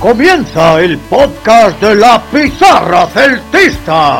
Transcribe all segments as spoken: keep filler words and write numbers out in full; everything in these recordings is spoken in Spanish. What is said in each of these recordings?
Comienza el podcast de la Pizarra Celtista.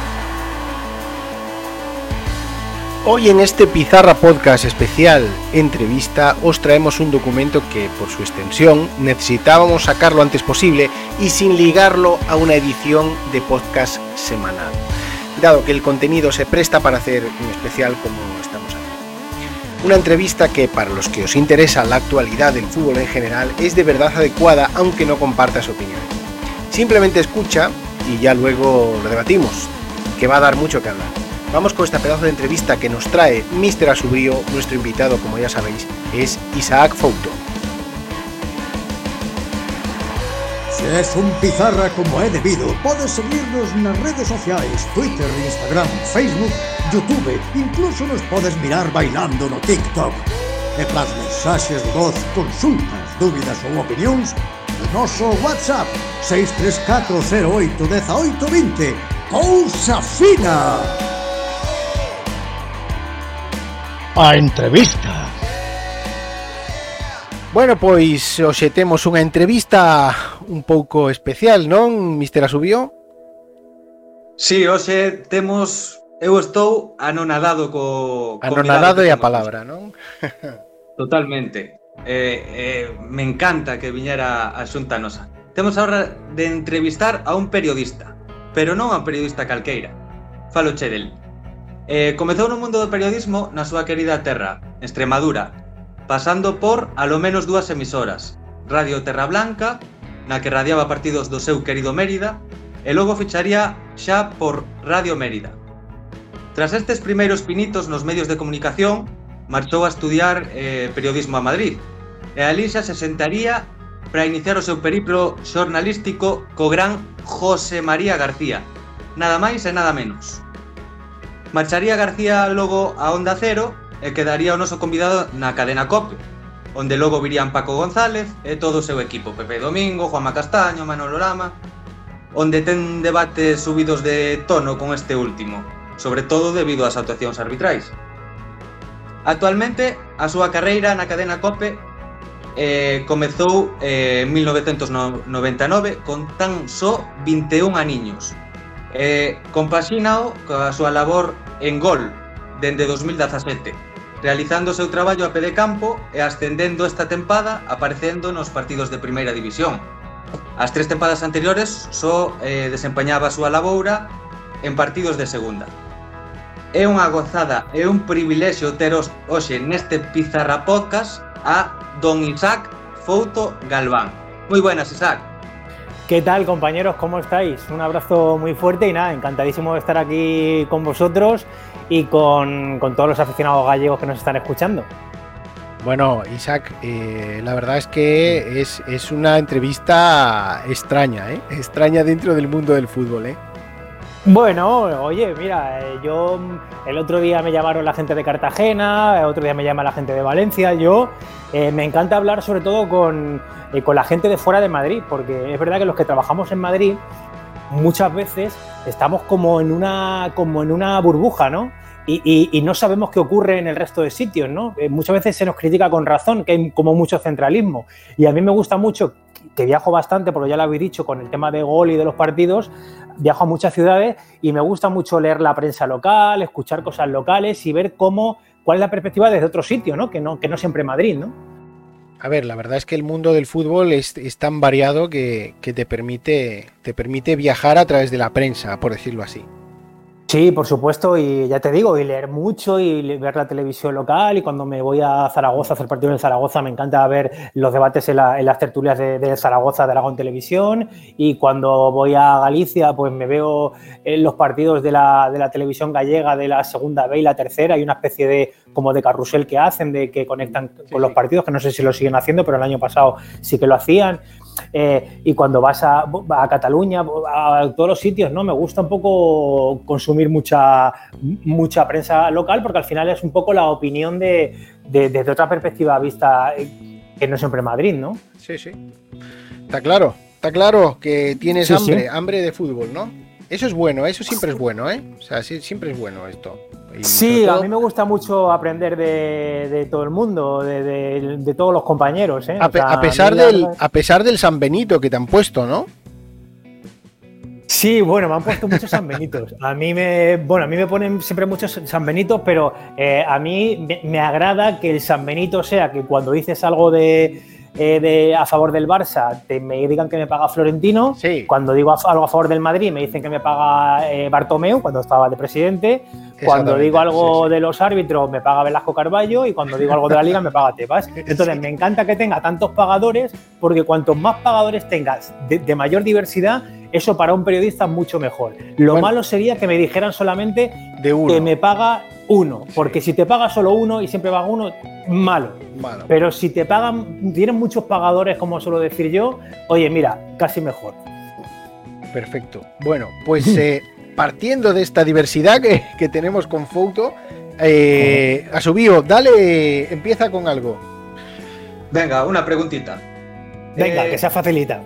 Hoy en este Pizarra Podcast especial entrevista os traemos un documento que por su extensión necesitábamos sacarlo lo antes posible y sin ligarlo a una edición de podcast semanal, dado que el contenido se presta para hacer un especial como estamos haciendo. Una entrevista que para los que os interesa la actualidad del fútbol en general es de verdad adecuada, aunque no compartas opiniones. Simplemente escucha y ya luego lo debatimos, que va a dar mucho que hablar. Vamos con esta pedazo de entrevista que nos trae míster Asubrío. Nuestro invitado, como ya sabéis, es Isaac Fouto. Si es un pizarra como é debido, podes seguirnos nas redes sociais, Twitter, Instagram, Facebook, YouTube, incluso nos podes mirar bailando no TikTok. E para as mensaxes de voz, consultas, dúbidas ou opinións, o noso WhatsApp seis tres catro cero oito uno ocho dos cero. Cousa fina! A entrevista. Bueno, pois hoxe temos unha entrevista un pouco especial, non, míster Asubío? Sí, hoxe temos... Eu estou anonadado co... Anonadado é a palabra, non? Totalmente. Eh, eh, me encanta que viñera a xunta nosa. Temos a hora de entrevistar a un periodista, pero non a un periodista calqueira. Faloche del. Eh, comezou no mundo do periodismo na súa querida terra, Extremadura, pasando por alo menos dúas emisoras, Radio Terra Blanca, na que radiaba partidos do seu querido Mérida, e logo ficharía xa por Radio Mérida. Tras estes primeiros pinitos nos medios de comunicación, marchou a estudiar eh, periodismo a Madrid, e ali xa se sentaría para iniciar o seu periplo xornalístico co gran José María García, nada máis e nada menos. Marcharía García logo a Onda Cero e quedaría o noso convidado na cadena COPE, onde logo virían Paco González e todo o seu equipo, Pepe Domingo, Juanma Castaño, Manolo Lama, onde ten debates subidos de tono con este último, sobre todo debido ás actuacións arbitrais. Actualmente, a súa carreira na cadena COPE eh, comezou eh, en mil novecentos noventa e nove con tan só vinte e un aniños. Eh, compaxínao coa súa labor en Gol dende dos mil dezasete, realizando o seu traballo a pé de campo e ascendendo esta tempada aparecendo nos partidos de primeira división. As tres tempadas anteriores só eh, desempeñaba a súa laboura en partidos de segunda. É unha gozada e un privilexio ter hoxe neste Pizarra Podcast a don Isaac Fouto Galván. Moi buenas, Isaac. ¿Qué tal, compañeros? ¿Cómo estáis? Un abrazo muy fuerte y nada, encantadísimo de estar aquí con vosotros y con, con todos los aficionados gallegos que nos están escuchando. Bueno, Isaac, eh, la verdad es que es, es una entrevista extraña, ¿eh? Extraña dentro del mundo del fútbol, ¿eh? Bueno, oye, mira, yo el otro día me llamaron la gente de Cartagena, el otro día me llama la gente de Valencia. Yo eh, me encanta hablar sobre todo con, eh, con la gente de fuera de Madrid, porque es verdad que los que trabajamos en Madrid muchas veces estamos como en una, como en una burbuja, ¿no? Y, y, y no sabemos qué ocurre en el resto de sitios, ¿no? Eh, muchas veces se nos critica con razón que hay como mucho centralismo, y a mí me gusta mucho, que viajo bastante, porque ya lo habéis dicho, con el tema de Gol y de los partidos, viajo a muchas ciudades y me gusta mucho leer la prensa local, escuchar cosas locales y ver cómo, cuál es la perspectiva desde otro sitio, ¿no? Que no, que no siempre Madrid, ¿no? A ver, la verdad es que el mundo del fútbol es, es tan variado que, que te permite, te permite viajar a través de la prensa, por decirlo así. Sí, por supuesto, y ya te digo, y leer mucho y ver la televisión local, y cuando me voy a Zaragoza a hacer partidos en Zaragoza me encanta ver los debates en, la, en las tertulias de, de Zaragoza de Aragón Televisión, y cuando voy a Galicia pues me veo en los partidos de la, de la televisión gallega de la segunda B y la tercera, hay una especie de como de carrusel que hacen, de que conectan sí, con los partidos, que no sé si lo siguen haciendo, pero el año pasado sí que lo hacían. Eh, y cuando vas a, a Cataluña, a todos los sitios, ¿no? Me gusta un poco consumir mucha, mucha prensa local, porque al final es un poco la opinión de, de, desde otra perspectiva vista, que no siempre Madrid, ¿no? Sí, sí. Está claro, está claro que tienes sí, hambre, sí. hambre de fútbol, ¿no? Eso es bueno, eso siempre es bueno, ¿eh? O sea, sí, siempre es bueno esto. Y sí, todo... a mí me gusta mucho aprender de, de todo el mundo, de, de, de todos los compañeros. ¿eh? A, pe- o sea, a, pesar a, del, la... a pesar del San Benito que te han puesto, ¿no? Sí, bueno, me han puesto muchos San Benitos. A mí me, bueno, a mí me ponen siempre muchos San Benitos, pero eh, a mí me, me agrada que el San Benito sea que cuando dices algo de, eh, de a favor del Barça, te, me digan que me paga Florentino. Sí. Cuando digo algo a favor del Madrid, me dicen que me paga eh, Bartomeu cuando estaba de presidente. Cuando digo algo sí, sí. de los árbitros, me paga Velasco Carballo, y cuando digo algo de la Liga, me paga Tebas. Entonces, sí. me encanta que tenga tantos pagadores, porque cuantos más pagadores tengas de, de mayor diversidad, eso para un periodista es mucho mejor. Lo bueno, malo sería que me dijeran solamente de uno. que me paga uno, porque sí. si te paga solo uno y siempre paga uno, malo. malo. Pero si te pagan, tienen muchos pagadores, como suelo decir yo, oye, mira, casi mejor. Perfecto. Bueno, pues... eh, partiendo de esta diversidad que, que tenemos con Fouto, eh, Asubío, dale, empieza con algo. Venga, una preguntita. Venga, eh, que sea facilita.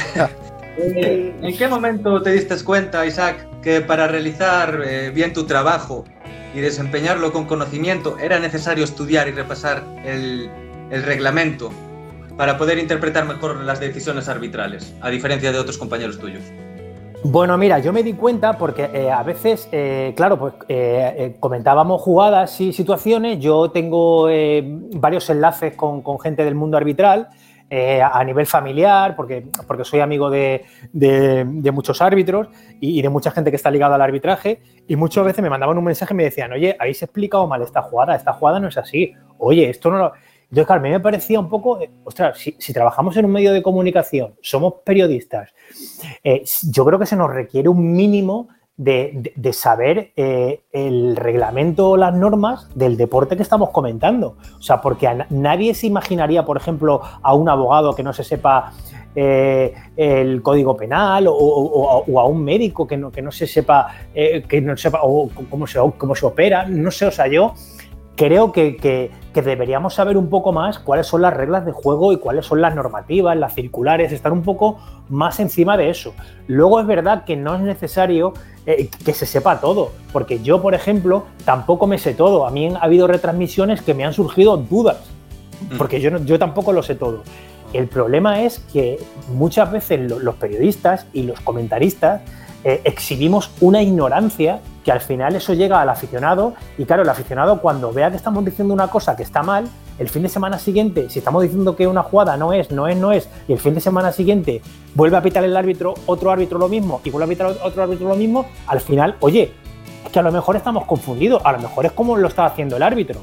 eh, ¿En qué momento te diste cuenta, Isaac, que para realizar eh, bien tu trabajo y desempeñarlo con conocimiento era necesario estudiar y repasar el, el reglamento para poder interpretar mejor las decisiones arbitrales, a diferencia de otros compañeros tuyos? Bueno, mira, yo me di cuenta porque eh, a veces, eh, claro, pues eh, eh, comentábamos jugadas y situaciones. Yo tengo eh, varios enlaces con, con gente del mundo arbitral eh, a nivel familiar, porque, porque soy amigo de, de, de muchos árbitros y, y de mucha gente que está ligada al arbitraje, y muchas veces me mandaban un mensaje y me decían, oye, habéis explicado mal esta jugada, esta jugada no es así, oye, esto no lo... Entonces, claro, a mí me parecía un poco, eh, ostras, si, si trabajamos en un medio de comunicación, somos periodistas, eh, yo creo que se nos requiere un mínimo de, de, de saber eh, el reglamento o las normas del deporte que estamos comentando. O sea, porque a nadie se imaginaría, por ejemplo, a un abogado que no se sepa eh, el código penal o, o, o a un médico que no, que no se sepa, eh, que no sepa o cómo se, cómo se opera, no sé, o sea, yo... Creo que, que, que deberíamos saber un poco más cuáles son las reglas de juego y cuáles son las normativas, las circulares, estar un poco más encima de eso. Luego es verdad que no es necesario eh, que se sepa todo, porque yo, por ejemplo, tampoco me sé todo. A mí ha habido retransmisiones que me han surgido dudas, porque yo, no, yo tampoco lo sé todo. El problema es que muchas veces lo, los periodistas y los comentaristas eh, exhibimos una ignorancia que al final eso llega al aficionado, y claro, el aficionado cuando vea que estamos diciendo una cosa que está mal, el fin de semana siguiente, si estamos diciendo que una jugada no es, no es, no es, y el fin de semana siguiente vuelve a pitar el árbitro, otro árbitro lo mismo, y vuelve a pitar otro árbitro lo mismo, al final, oye, es que a lo mejor estamos confundidos, a lo mejor es como lo está haciendo el árbitro.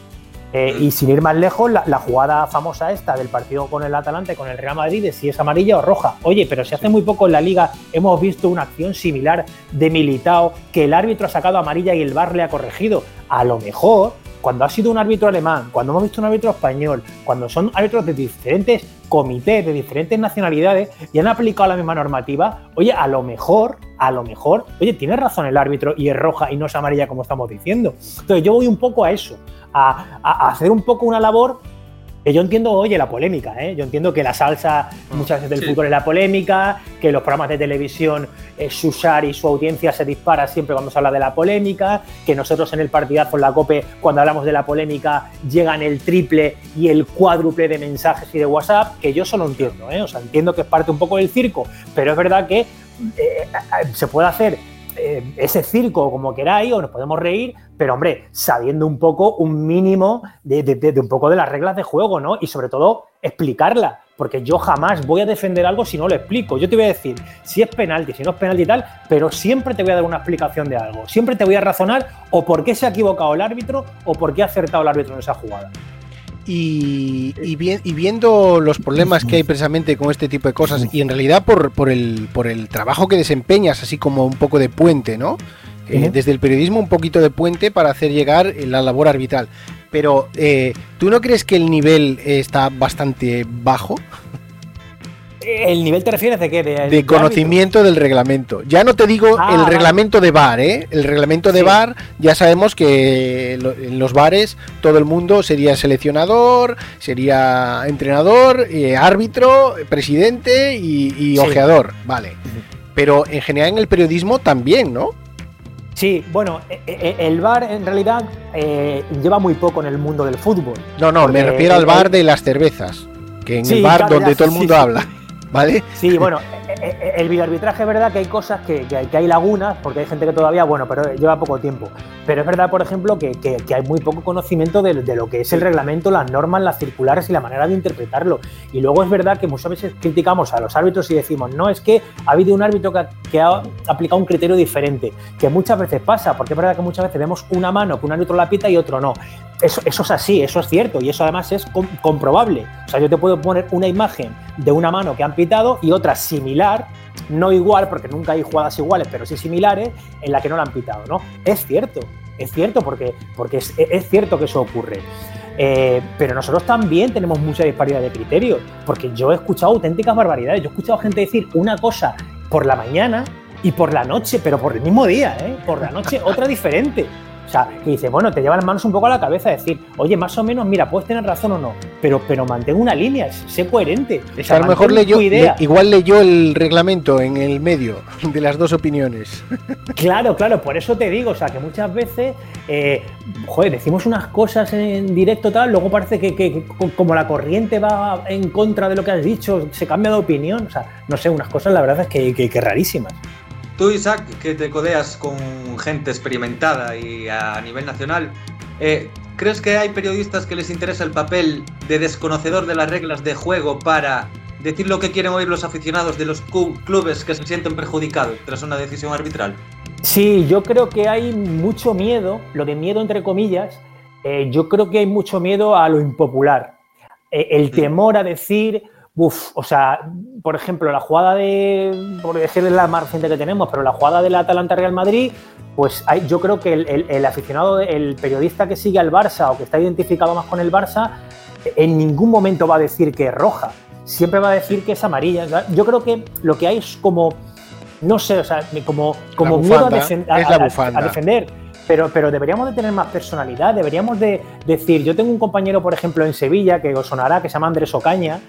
Eh, y sin ir más lejos, la, la jugada famosa esta del partido con el Atalanta y con el Real Madrid, de si es amarilla o roja. Oye, pero si hace muy poco en la Liga hemos visto una acción similar de Militao, que el árbitro ha sacado amarilla y el V A R le ha corregido. A lo mejor, cuando ha sido un árbitro alemán, cuando hemos visto un árbitro español, cuando son árbitros de diferentes comités, de diferentes nacionalidades, y han aplicado la misma normativa, oye, a lo mejor, a lo mejor, oye, tiene razón el árbitro y es roja y no es amarilla como estamos diciendo. Entonces yo voy un poco a eso, a, a hacer un poco una labor que yo entiendo, oye, la polémica, ¿eh? Yo entiendo que la salsa muchas veces del sí. fútbol es la polémica, que los programas de televisión, eh, su share y su audiencia se dispara siempre cuando se habla de la polémica, que nosotros en el partidazo en la COPE, cuando hablamos de la polémica, llegan el triple y el cuádruple de mensajes y de WhatsApp, que yo eso lo entiendo, ¿eh? O sea, entiendo que es parte un poco del circo, pero es verdad que eh, se puede hacer eh, ese circo como queráis, o nos podemos reír, pero hombre, sabiendo un poco, un mínimo de, de, de, de un poco de las reglas de juego, ¿no? Y sobre todo, explicarla, porque yo jamás voy a defender algo si no lo explico. Yo te voy a decir si es penalti, si no es penalti y tal, pero siempre te voy a dar una explicación de algo. Siempre te voy a razonar o por qué se ha equivocado el árbitro o por qué ha acertado el árbitro en esa jugada. Y, y, bien, y viendo los problemas que hay precisamente con este tipo de cosas, y en realidad por, por, el, por el trabajo que desempeñas, así como un poco de puente, ¿no? Eh, desde el periodismo un poquito de puente para hacer llegar la labor arbitral. Pero, eh, ¿tú no crees que el nivel está bastante bajo? ¿El nivel te refieres de qué? De, de, de conocimiento árbitro? Del reglamento. Ya no te digo ah, el reglamento de V A R, ¿eh? El reglamento de sí. V A R, ya sabemos que en los V A Res todo el mundo sería seleccionador, sería entrenador, eh, árbitro, presidente y, y sí. ojeador, vale. Uh-huh. Pero en general en el periodismo también, ¿no? Sí, bueno, el V A R en realidad eh, lleva muy poco en el mundo del fútbol. No, no, me refiero al V A R de las cervezas, que en sí, el bar claro, donde ya, todo el mundo sí, habla, ¿vale? Sí, bueno, el videoarbitraje es verdad que hay cosas que, que, hay, que hay lagunas, porque hay gente que todavía, bueno, pero lleva poco tiempo. Pero es verdad, por ejemplo, que, que, que hay muy poco conocimiento de, de lo que es el reglamento, las normas, las circulares y la manera de interpretarlo. Y luego es verdad que muchas veces criticamos a los árbitros y decimos, no, es que ha habido un árbitro que ha, que ha aplicado un criterio diferente, que muchas veces pasa, porque es verdad que muchas veces vemos una mano que un árbitro la pita y otro no. Eso, eso es así, eso es cierto, y eso además es com- comprobable. O sea, yo te puedo poner una imagen de una mano que han pitado y otra similar, no igual, porque nunca hay jugadas iguales, pero sí similares, en la que no la han pitado, ¿no? Es cierto, es cierto, porque, porque es, es cierto que eso ocurre. Eh, pero nosotros también tenemos mucha disparidad de criterios, porque yo he escuchado auténticas barbaridades. Yo he escuchado gente decir una cosa por la mañana y por la noche, pero por el mismo día, ¿eh? Por la noche otra diferente. O sea, que dice, bueno, te lleva las manos un poco a la cabeza, decir, oye, más o menos, mira, puedes tener razón o no, pero, pero mantén una línea, sé coherente. O sea, a lo mejor leyó, le, igual leyó el reglamento en el medio de las dos opiniones. Claro, claro, por eso te digo, o sea, que muchas veces, eh, joder, decimos unas cosas en directo tal, luego parece que, que, que como la corriente va en contra de lo que has dicho, se cambia de opinión, o sea, no sé, unas cosas la verdad es que, que, que rarísimas. Tú, Isaac, que te codeas con gente experimentada y a nivel nacional, eh, ¿crees que hay periodistas que les interesa el papel de desconocedor de las reglas de juego para decir lo que quieren oír los aficionados de los clubes que se sienten perjudicados tras una decisión arbitral? Sí, yo creo que hay mucho miedo, lo de miedo entre comillas, eh, yo creo que hay mucho miedo a lo impopular, eh, el temor a decir... Uf, o sea, por ejemplo, la jugada de, por decirles la más reciente que tenemos, pero la jugada del Atalanta-Real Madrid, pues hay, yo creo que el, el, el aficionado, el periodista que sigue al Barça o que está identificado más con el Barça, en ningún momento va a decir que es roja, siempre va a decir que es amarilla. Yo creo que lo que hay es como, no sé, o sea, como, como miedo a, defen- a, a, a defender. Pero, pero deberíamos de tener más personalidad, deberíamos de decir, yo tengo un compañero, por ejemplo, en Sevilla, que os sonará, que se llama Andrés Ocaña,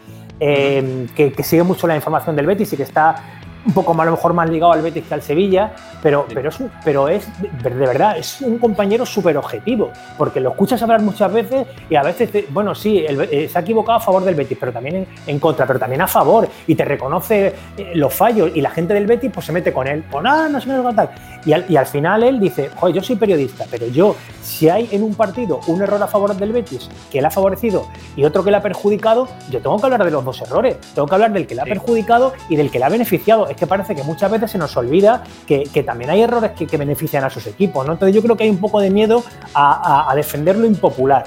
Eh, que, que sigue mucho la información del Betis y que está un poco más, a lo mejor más ligado al Betis que al Sevilla, pero, sí. pero, es, pero es de, de verdad, es un compañero súper objetivo, porque lo escuchas hablar muchas veces y a veces, te, bueno, sí, el, eh, se ha equivocado a favor del Betis, pero también en, en contra, pero también a favor, y te reconoce eh, los fallos, y la gente del Betis pues se mete con él, con ah, no sé qué tal, y al, y al final él dice, joder, yo soy periodista, pero yo, si hay en un partido un error a favor del Betis que le ha favorecido y otro que le ha perjudicado, yo tengo que hablar de los dos errores, tengo que hablar del que le ha sí. perjudicado y del que le ha beneficiado. Es que parece que muchas veces se nos olvida que, que también hay errores que, que benefician a sus equipos, ¿no? Entonces yo creo que hay un poco de miedo a, a, a defender lo impopular.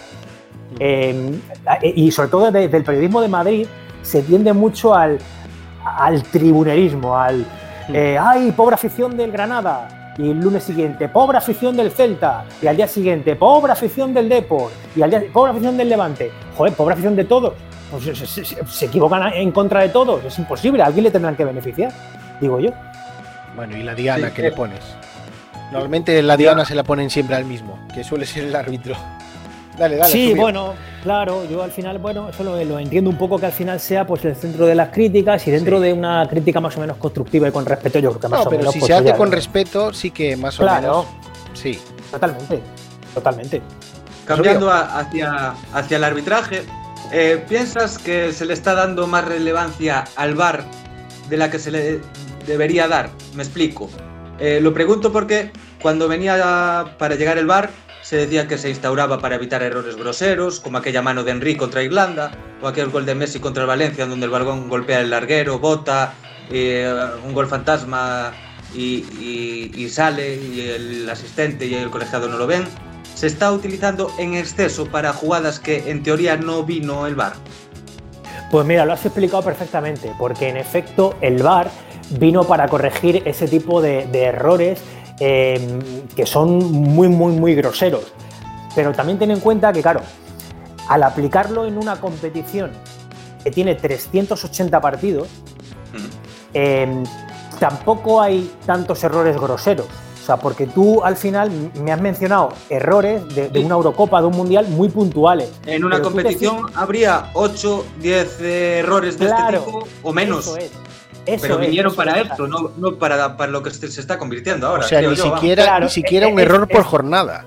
Eh, y sobre todo desde el periodismo de Madrid se tiende mucho al, al tribunerismo, al eh, ¡ay, pobre afición del Granada! Y el lunes siguiente, pobre afición del Celta. Y al día siguiente, pobre afición del Depor. Y al día, pobre afición del Levante. Joder, pobre afición de todos. Pues se, se, se, se equivocan en contra de todos. Es imposible. A alguien le tendrán que beneficiar, digo yo. Bueno, y la diana sí, que eh. le pones. Normalmente la diana se la ponen siempre al mismo, que suele ser el árbitro. Dale, dale. Sí, subió. Bueno, claro, yo al final, bueno, eso lo, lo entiendo un poco, que al final sea pues el centro de las críticas y dentro sí. de una crítica más o menos constructiva y con respeto, yo creo que más no, o pero menos... si pues, se hace ya, con respeto, sí que más o claro, menos... Sí. Totalmente, totalmente. Cambiando a, hacia, hacia el arbitraje, eh, ¿piensas que se le está dando más relevancia al V A R de la que se le debería dar? Me explico. Eh, lo pregunto porque cuando venía para llegar el V A R se decía que se instauraba para evitar errores groseros, como aquella mano de Henry contra Irlanda, o aquel gol de Messi contra el Valencia, donde el balón golpea el larguero, bota, eh, un gol fantasma y, y, y sale, y el asistente y el colegiado no lo ven. Se está utilizando en exceso para jugadas que en teoría no vino el V A R. Pues mira, lo has explicado perfectamente, porque en efecto el V A R vino para corregir ese tipo de, de errores Eh, que son muy, muy, muy groseros. Pero también ten en cuenta que, claro, al aplicarlo en una competición que tiene trescientos ochenta partidos, eh, tampoco hay tantos errores groseros. O O sea, porque tú al final me has mencionado errores de, de una Eurocopa, de un Mundial muy puntuales. En una competición te... habría ocho, diez eh, errores de claro, este tipo o menos. Eso es. Eso pero es, vinieron eso para es. esto, no, no para, para lo que se está convirtiendo ahora. O sea, ni, yo, siquiera, claro, ni siquiera es, un error es, por es, jornada.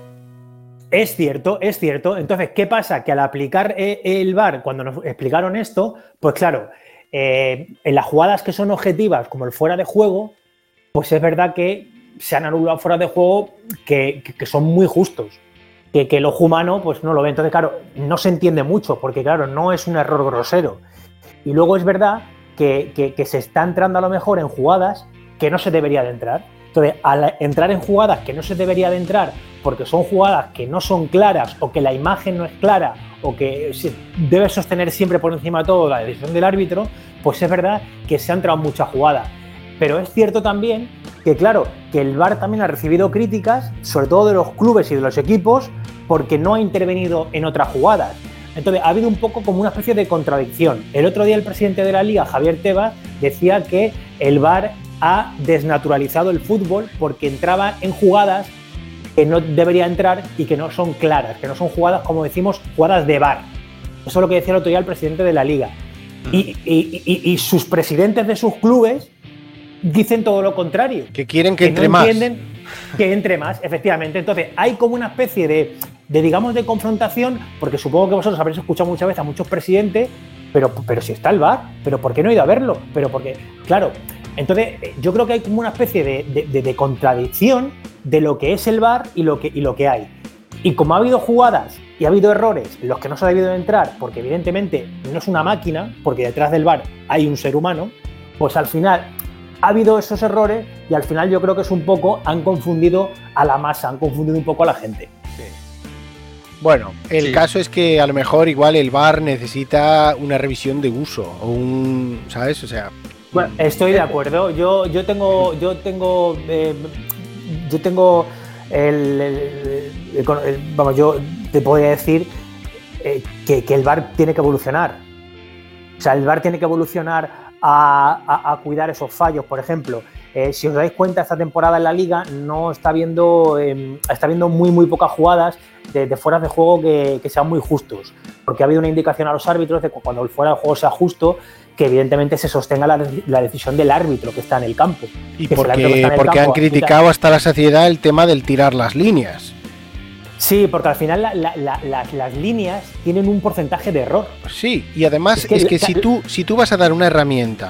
Es cierto, es cierto. Entonces, ¿qué pasa? Que al aplicar el V A R, cuando nos explicaron esto, pues claro, eh, en las jugadas que son objetivas, como el fuera de juego, pues es verdad que se han anulado fuera de juego que, que, que son muy justos, que, que el ojo humano pues no lo ve. Entonces, claro, no se entiende mucho, porque claro, no es un error grosero. Y luego es verdad que, que, que se está entrando a lo mejor en jugadas que no se debería de entrar. Entonces, al entrar en jugadas que no se debería de entrar porque son jugadas que no son claras o que la imagen no es clara o que se debe sostener siempre por encima de todo la decisión del árbitro, pues es verdad que se ha entrado muchas jugadas. Pero es cierto también que, claro, que el V A R también ha recibido críticas, sobre todo de los clubes y de los equipos, porque no ha intervenido en otras jugadas. Entonces, ha habido un poco como una especie de contradicción. El otro día el presidente de la Liga, Javier Tebas, decía que el V A R ha desnaturalizado el fútbol porque entraba en jugadas que no debería entrar y que no son claras, que no son jugadas, como decimos, jugadas de V A R. Eso es lo que decía el otro día el presidente de la Liga. Y, y, y, y sus presidentes de sus clubes dicen todo lo contrario. Que quieren que, que entre no más. Entienden que entre más, efectivamente. Entonces, hay como una especie de, de, digamos, de confrontación, porque supongo que vosotros habréis escuchado muchas veces a muchos presidentes, pero, pero si está el V A R, pero ¿por qué no he ido a verlo? Pero porque, claro, entonces yo creo que hay como una especie de, de, de, de contradicción de lo que es el V A R y lo que, y lo que hay. Y como ha habido jugadas y ha habido errores en los que no se ha debido de entrar, porque evidentemente no es una máquina, porque detrás del V A R hay un ser humano, pues al final ha habido esos errores y al final yo creo que es un poco, han confundido a la masa, han confundido un poco a la gente. Sí. Bueno, el sí. caso es que a lo mejor igual el V A R necesita una revisión de uso o un, ¿sabes? O sea, bueno, estoy de acuerdo. Yo, yo tengo, yo tengo, eh, yo tengo el, el, el, el, vamos, yo te podría decir eh, que, que el V A R tiene que evolucionar. O sea, el V A R tiene que evolucionar A, a, a cuidar esos fallos. Por ejemplo, eh, si os dais cuenta, esta temporada en la Liga no está viendo, eh, está viendo muy muy pocas jugadas de, de fuera de juego que, que sean muy justos, porque ha habido una indicación a los árbitros de que cuando el fuera de juego sea justo, que evidentemente se sostenga la, la decisión del árbitro que está en el campo. Y porque, porque han criticado hasta la saciedad el tema del tirar las líneas. Sí, porque al final la, la, la, las, las líneas tienen un porcentaje de error. Sí, y además es que, es que si, tú, si tú vas a dar una herramienta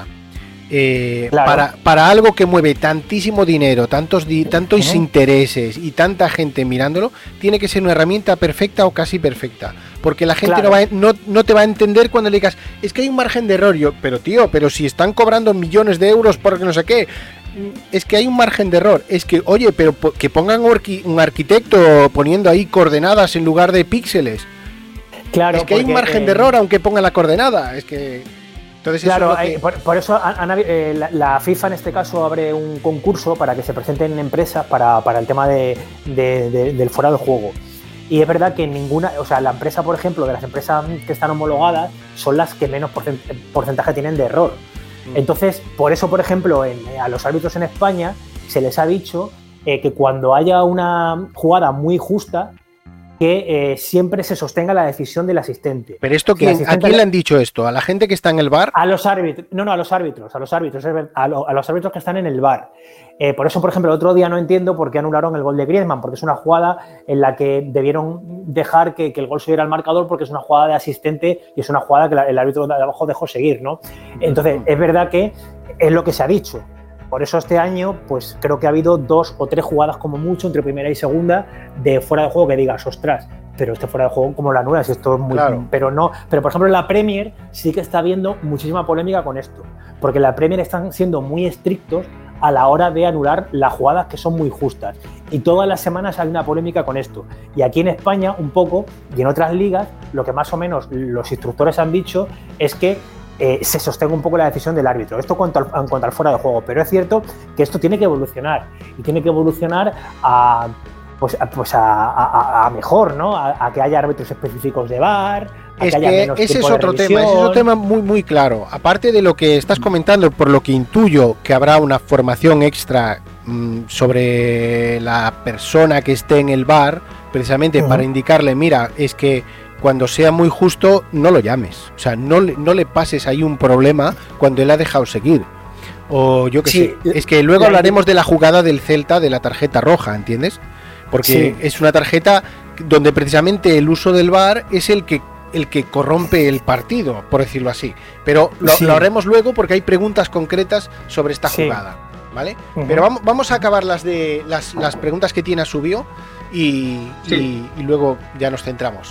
eh, claro. para, para algo que mueve tantísimo dinero, tantos, tantos uh-huh. intereses y tanta gente mirándolo, tiene que ser una herramienta perfecta o casi perfecta. Porque la gente claro. no, va, no, no te va a entender cuando le digas, es que hay un margen de error. Yo, pero tío, pero si están cobrando millones de euros porque no sé qué... Es que hay un margen de error. Es que, oye, pero que pongan un arquitecto poniendo ahí coordenadas en lugar de píxeles. Claro. Es que porque, hay un margen eh, de error aunque pongan la coordenada. Es que... Entonces claro, eso es lo que... hay, por, por eso han, han, eh, la, la FIFA en este caso abre un concurso para que se presenten empresas para, para el tema de, de, de, del fuera de juego. Y es verdad que ninguna, o sea, la empresa, por ejemplo, de las empresas que están homologadas son las que menos porcentaje tienen de error. Entonces, por eso, por ejemplo, en, a los árbitros en España se les ha dicho eh, que cuando haya una jugada muy justa, que eh, siempre se sostenga la decisión del asistente. Pero esto, ¿quién, asistente ¿a quién le han dicho esto? ¿A la gente que está en el V A R? A los árbitros, no, no, a los árbitros, a los árbitros, a, lo, a los árbitros que están en el V A R. Eh, por eso, por ejemplo, el otro día no entiendo por qué anularon el gol de Griezmann, porque es una jugada en la que debieron dejar que, que el gol siguiera al marcador, porque es una jugada de asistente y es una jugada que la, el árbitro de abajo dejó seguir, ¿no? Entonces, es verdad que es lo que se ha dicho. Por eso este año, pues creo que ha habido dos o tres jugadas como mucho entre primera y segunda de fuera de juego que digas, ostras, pero este fuera de juego como la anulas, esto es muy... Claro. Pero no, pero por ejemplo en la Premier sí que está habiendo muchísima polémica con esto, porque en la Premier están siendo muy estrictos a la hora de anular las jugadas que son muy justas. Y todas las semanas hay una polémica con esto. Y aquí en España, un poco, y en otras ligas, lo que más o menos los instructores han dicho es que eh, se sostenga un poco la decisión del árbitro. Esto en cuanto, al, en cuanto al fuera de juego. Pero es cierto que esto tiene que evolucionar. Y tiene que evolucionar a... pues, pues a, a, a mejor, ¿no? A, a que haya árbitros específicos de V A R, a es que haya que menos ese es tiempo otro de tema, ese es otro tema muy muy claro. Aparte de lo que estás comentando, por lo que intuyo que habrá una formación extra mmm, sobre la persona que esté en el bar, precisamente uh-huh. para indicarle, mira, es que cuando sea muy justo, no lo llames. O sea, no, no le pases ahí un problema cuando él ha dejado seguir. O yo qué sí, sé. Es que luego hablaremos de la jugada del Celta de la tarjeta roja, ¿entiendes? Porque sí. es una tarjeta donde precisamente el uso del V A R es el que el que corrompe el partido, por decirlo así. Pero lo, sí. lo haremos luego porque hay preguntas concretas sobre esta sí. jugada, ¿vale? Uh-huh. Pero vamos, vamos a acabar las de las, las preguntas que tiene Asubio y, sí. y, y luego ya nos centramos.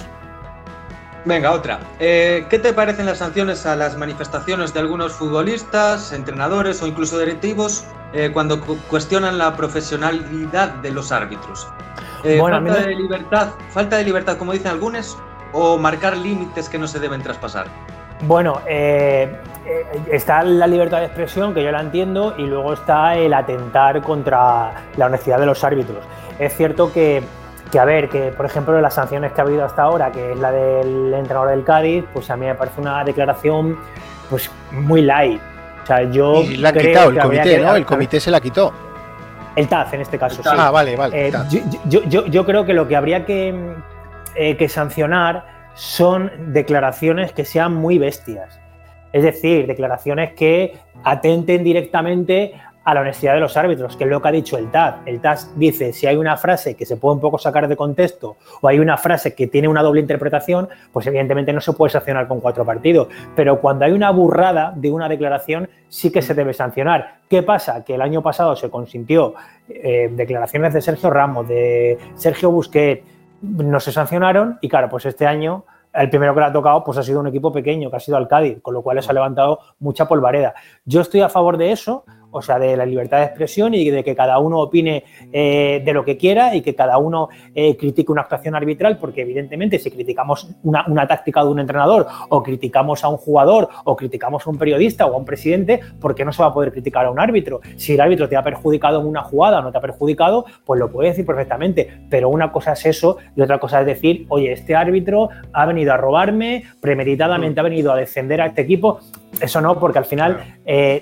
Venga, otra. Eh, ¿Qué te parecen las sanciones a las manifestaciones de algunos futbolistas, entrenadores o incluso directivos eh, cuando cu- cuestionan la profesionalidad de los árbitros? Eh, bueno, falta, me... de libertad, falta de libertad, como dicen algunos, o marcar límites que no se deben traspasar. Bueno, eh, eh, está la libertad de expresión, que yo la entiendo, y luego está el atentar contra la honestidad de los árbitros. Es cierto que Que a ver, que por ejemplo las sanciones que ha habido hasta ahora, que es la del entrenador del Cádiz, pues a mí me parece una declaración pues muy light. O sea, yo y la han creo quitado el que comité, que, ¿no? El comité se la quitó. El T A Z en este caso, sí. Ah, vale, vale. Eh, yo, yo, yo, yo creo que lo que habría que, eh, que sancionar son declaraciones que sean muy bestias. Es decir, declaraciones que atenten directamente a la honestidad de los árbitros, que es lo que ha dicho el T A Z. El T A Z dice, si hay una frase que se puede un poco sacar de contexto o hay una frase que tiene una doble interpretación, pues evidentemente no se puede sancionar con cuatro partidos. Pero cuando hay una burrada de una declaración, sí que se debe sancionar. ¿Qué pasa? Que el año pasado se consintió eh, declaraciones de Sergio Ramos, de Sergio Busquets, no se sancionaron y claro, pues este año el primero que le ha tocado pues ha sido un equipo pequeño, que ha sido al Cádiz, con lo cual se ha levantado mucha polvareda. Yo estoy a favor de eso, o sea, de la libertad de expresión y de que cada uno opine eh, de lo que quiera y que cada uno eh, critique una actuación arbitral, porque evidentemente si criticamos una, una táctica de un entrenador o criticamos a un jugador o criticamos a un periodista o a un presidente, ¿por qué no se va a poder criticar a un árbitro? Si el árbitro te ha perjudicado en una jugada o no te ha perjudicado, pues lo puedes decir perfectamente, pero una cosa es eso y otra cosa es decir, oye, este árbitro ha venido a robarme, premeditadamente ha venido a defender a este equipo. Eso no, porque al final eh,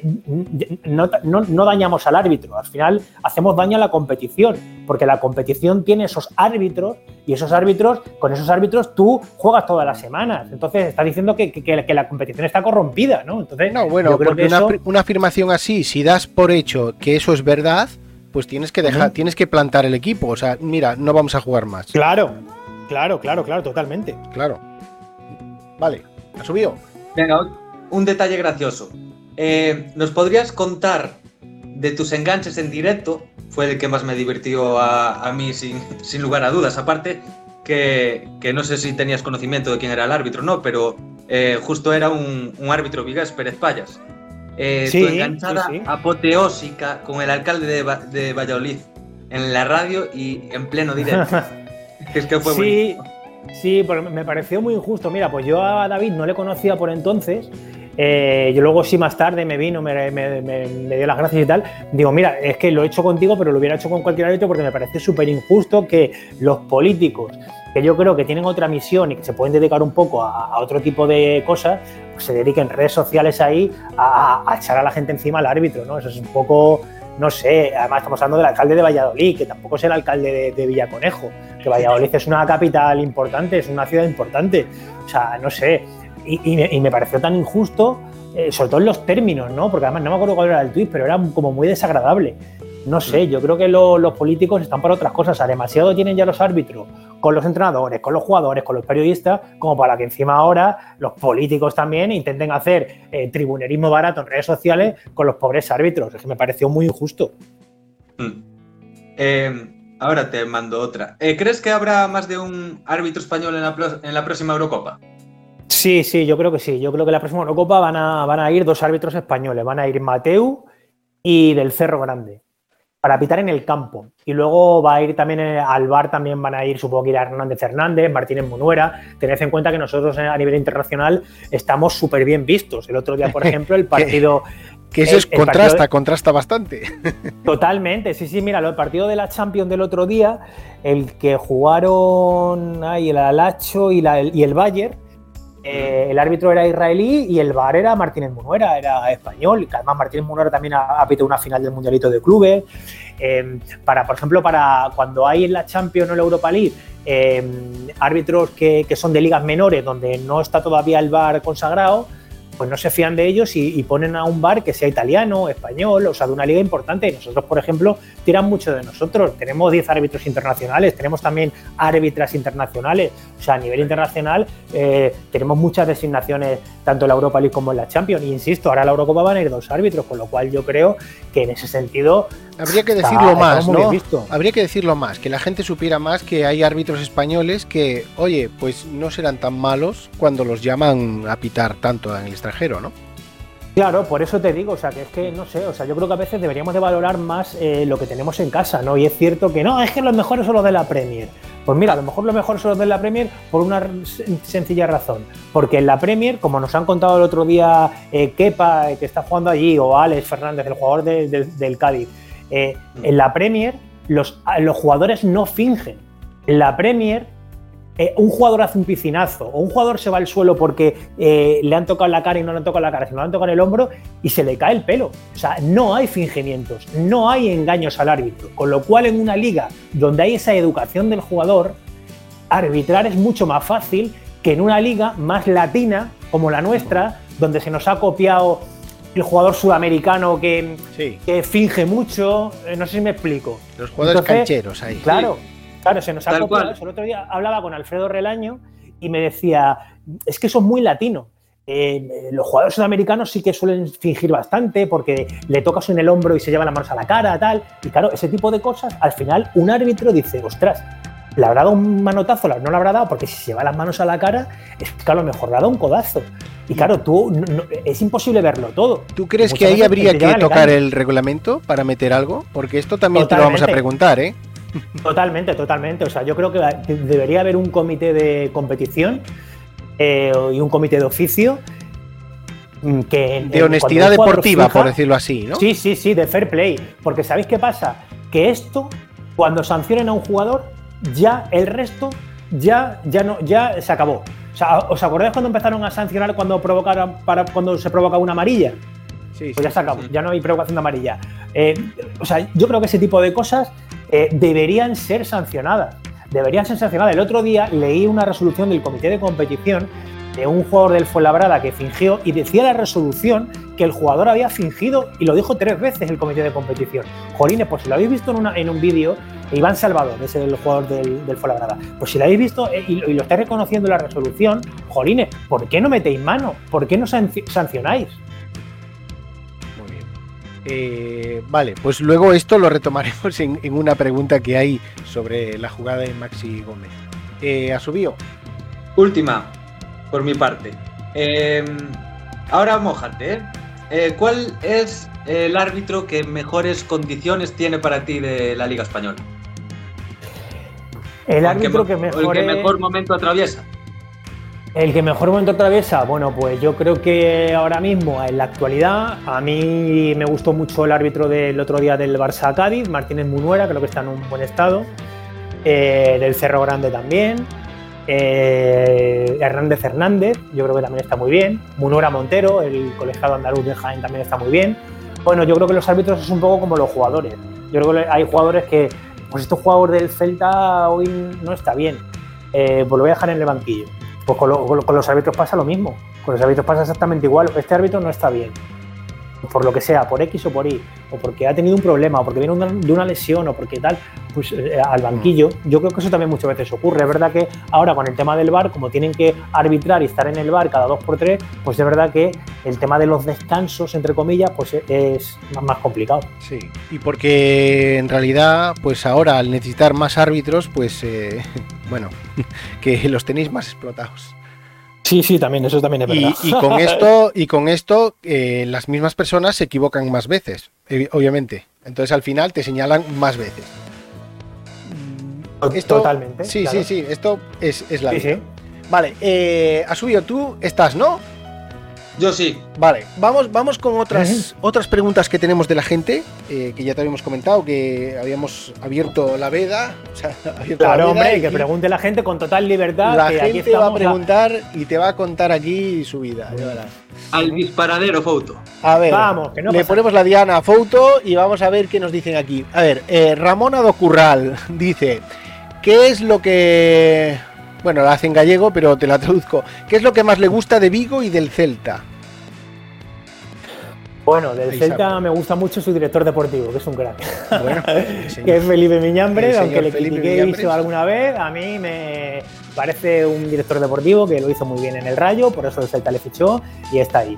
no, no, no dañamos al árbitro, al final hacemos daño a la competición, porque la competición tiene esos árbitros y esos árbitros, con esos árbitros tú juegas todas las semanas, entonces estás diciendo que, que, que la competición está corrompida, ¿no? Entonces, no, bueno, yo creo porque que una, eso... una afirmación así, si das por hecho que eso es verdad, pues tienes que dejar, uh-huh. tienes que plantar el equipo, o sea, mira, no vamos a jugar más. Claro, claro, claro, claro, totalmente. Claro. Vale, ¿ha subido? Venga, un detalle gracioso. Eh, ¿Nos podrías contar de tus enganches en directo? Fue el que más me divirtió a, a mí, sin, sin lugar a dudas. Aparte, que, que no sé si tenías conocimiento de quién era el árbitro, ¿no? Pero eh, justo era un, un árbitro vigués, Pérez Payas. Eh, sí, tu enganchada sí, sí. apoteósica con el alcalde de, ba- de Valladolid en la radio y en pleno directo. Es que fue sí. buenísimo. Sí, porque me pareció muy injusto. Mira, pues yo a David no le conocía por entonces. Eh, yo luego sí más tarde me vino, me, me, me, me dio las gracias y tal. Digo, mira, es que lo he hecho contigo, pero lo hubiera hecho con cualquier árbitro porque me parece súper injusto que los políticos, que yo creo que tienen otra misión y que se pueden dedicar un poco a, a otro tipo de cosas, pues se dediquen redes sociales ahí a, a echar a la gente encima al árbitro, ¿no? Eso es un poco... No sé, además estamos hablando del alcalde de Valladolid, que tampoco es el alcalde de, de Villaconejo, que Valladolid es una capital importante, es una ciudad importante, o sea, no sé, y, y, me, y me pareció tan injusto, eh, sobre todo en los términos, ¿no? Porque además no me acuerdo cuál era el tuit, pero era como muy desagradable. No sé, yo creo que lo, los políticos están para otras cosas, o sea, demasiado tienen ya los árbitros con los entrenadores, con los jugadores, con los periodistas, como para que encima ahora los políticos también intenten hacer eh, tribunerismo barato en redes sociales con los pobres árbitros. Es que me pareció muy injusto. Mm. Eh, ahora te mando otra. Eh, ¿Crees que habrá más de un árbitro español en la, en la próxima Eurocopa? Sí, sí, yo creo que sí. Yo creo que en la próxima Eurocopa van a, van a ir dos árbitros españoles. Van a ir Mateu y del Cerro Grande, para pitar en el campo. Y luego va a ir también al V A R, también van a ir, supongo que irá Hernández Hernández, Martínez Munuera. Tened en cuenta que nosotros a nivel internacional estamos súper bien vistos. El otro día, por ejemplo, el partido... que eso es, el, el contrasta, de... contrasta bastante. Totalmente, sí, sí, mira, el partido de la Champions del otro día, el que jugaron ahí el Alacho y, la, el, y el Bayern, Eh, el árbitro era israelí y el V A R era Martínez Munuera, era español. Que además Martínez Munuera también ha, ha pitado una final del Mundialito de Clubes. Eh, para, por ejemplo, para cuando hay en la Champions o en la Europa League eh, árbitros que, que son de ligas menores donde no está todavía el V A R consagrado, pues no se fían de ellos y, y ponen a un V A R que sea italiano, español, o sea, de una liga importante. Y nosotros, por ejemplo, tiran mucho de nosotros. Tenemos diez árbitros internacionales, tenemos también árbitras internacionales. O sea, a nivel internacional eh, tenemos muchas designaciones, tanto en la Europa League como en la Champions. Y insisto, ahora en la Eurocopa van a ir dos árbitros, con lo cual yo creo que en ese sentido... Habría que decirlo está, más, ¿no? Habría que decirlo más, que la gente supiera más que hay árbitros españoles que, oye, pues no serán tan malos cuando los llaman a pitar tanto en el extranjero, ¿no? Claro, por eso te digo, o sea, que es que, no sé, o sea, yo creo que a veces deberíamos de valorar más eh, lo que tenemos en casa, ¿no? Y es cierto que no, es que los mejores son los de la Premier. Pues mira, a lo mejor los mejores son los de la Premier por una sencilla razón. Porque en la Premier, como nos han contado el otro día eh, Kepa, eh, que está jugando allí, o Alex Fernández, el jugador de, de, del Cádiz, eh, en la Premier los, los jugadores no fingen. En la Premier... Eh, un jugador hace un piscinazo o un jugador se va al suelo porque eh, le han tocado la cara y no le han tocado la cara, sino le han tocado el hombro y se le cae el pelo. O sea, no hay fingimientos, no hay engaños al árbitro. Con lo cual, en una liga donde hay esa educación del jugador, arbitrar es mucho más fácil que en una liga más latina como la nuestra, donde se nos ha copiado el jugador sudamericano que, sí. que finge mucho. Eh, no sé si me explico. Los jugadores Entonces, cancheros ahí. Claro. Claro, se nos ha copiado eso. El otro día hablaba con Alfredo Relaño y me decía, es que eso es muy latino. Eh, los jugadores sudamericanos sí que suelen fingir bastante porque le tocas en el hombro y se llevan las manos a la cara, tal. Y claro, ese tipo de cosas, al final un árbitro dice, ostras, ¿le habrá dado un manotazo? No le habrá dado, porque si se lleva las manos a la cara, es que a lo mejor le ha dado un codazo. Y claro, tú no, no, es imposible verlo todo. ¿Tú crees que ahí habría que tocar el reglamento para meter algo? Porque esto también Totalmente. Te lo vamos a preguntar, ¿eh? Totalmente, totalmente. O sea, yo creo que debería haber un comité de competición eh, y un comité de oficio que... De honestidad deportiva, fija, por decirlo así, ¿no? Sí, sí, sí, de fair play. Porque ¿sabéis qué pasa? Que esto, cuando sancionen a un jugador, ya el resto ya, ya, no, ya se acabó. O sea, ¿os acordáis cuando empezaron a sancionar cuando, provocaron, para, cuando se provoca una amarilla? Sí, pues sí, ya se acabó, sí. Ya no hay provocación de amarilla. Eh, o sea, yo creo que ese tipo de cosas eh, deberían ser sancionadas. Deberían ser sancionadas. El otro día leí una resolución del comité de competición de un jugador del Fuenlabrada que fingió y decía la resolución que el jugador había fingido y lo dijo tres veces el comité de competición. Jolines, pues si lo habéis visto en, una, en un vídeo, Iván Salvador, es el jugador del, del Fuenlabrada, pues si lo habéis visto eh, y, y lo estáis reconociendo en la resolución, jolines, ¿por qué no metéis mano? ¿Por qué no sancionáis? Eh, vale, pues luego esto lo retomaremos en, en una pregunta que hay sobre la jugada de Maxi Gómez. Eh, Asubío. Última, por mi parte. Eh, ahora mójate, ¿eh? Eh, ¿Cuál es el árbitro que mejores condiciones tiene para ti de la Liga Española? El árbitro que, mejor, el que mejor momento atraviesa. El que mejor momento atraviesa, bueno, pues yo creo que ahora mismo, en la actualidad, a mí me gustó mucho el árbitro del otro día del Barça Cádiz, Martínez Munuera, creo que está en un buen estado, eh, del Cerro Grande también, eh, Hernández Hernández, yo creo que también está muy bien, Munuera Montero, el colegiado andaluz de Jaén, también está muy bien. Bueno, yo creo que los árbitros es un poco como los jugadores, yo creo que hay jugadores que, pues este jugador del Celta hoy no está bien, eh, pues lo voy a dejar en el banquillo. Pues con, lo, con los árbitros pasa lo mismo, con los árbitros pasa exactamente igual, este árbitro no está bien, por lo que sea, por X o por Y, o porque ha tenido un problema, o porque viene una, de una lesión, o porque tal, pues eh, al banquillo. Yo creo que eso también muchas veces ocurre. Es verdad que ahora con el tema del V A R, como tienen que arbitrar y estar en el V A R cada dos por tres, pues es verdad que el tema de los descansos, entre comillas, pues es más, más complicado. Sí, y porque en realidad, pues ahora al necesitar más árbitros, pues eh, bueno, que los tenéis más explotados. Sí, sí, también, eso también es verdad. Y, y con esto, y con esto eh, las mismas personas se equivocan más veces, obviamente. Entonces al final te señalan más veces. Esto, Totalmente. Sí, claro. sí, sí, esto es, es la sí, vida. sí. Vale, eh, Asubio, tú estás, ¿no? Yo sí. Vale, vamos, vamos con otras, ¿Eh? otras preguntas que tenemos de la gente, eh, que ya te habíamos comentado, que habíamos abierto la veda. O sea, abierto claro, la veda hombre, y que pregunte la gente con total libertad. La que gente aquí va a preguntar a... y te va a contar aquí su vida. Al disparadero, Fouto. A ver, vamos, que no le pasa. ponemos la diana a Fouto y vamos a ver qué nos dicen aquí. A ver, eh, Ramona do Curral dice, ¿qué es lo que... Bueno, la hace en gallego, pero te la traduzco. ¿Qué es lo que más le gusta de Vigo y del Celta? Bueno, del Ahí Celta sabe. me gusta mucho su director deportivo, que es un crack. Bueno, que es Felipe Miñambre, aunque le Felipe critiqué Miñambre. alguna vez, a mí me parece un director deportivo que lo hizo muy bien en el Rayo, por eso el Celta le fichó y está ahí.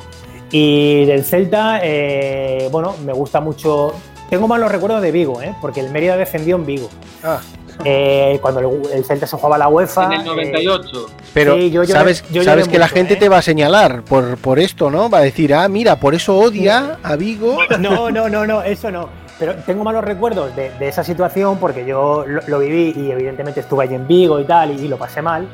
Y del Celta, eh, bueno, me gusta mucho... Tengo malos recuerdos de Vigo, ¿eh? Porque el Mérida defendió en Vigo. Ah. Eh, cuando el, el Celta se jugaba la UEFA. En el noventa y ocho. Eh, Pero sí, yo lloré, sabes, yo sabes lloré que la mucho, gente ¿eh? te va a señalar por, por esto, ¿no? Va a decir, ah, mira, por eso odia a Vigo. No, no, no, no, eso no. Pero tengo malos recuerdos de, de esa situación porque yo lo, lo viví y evidentemente estuve allí en Vigo y tal y, y lo pasé mal.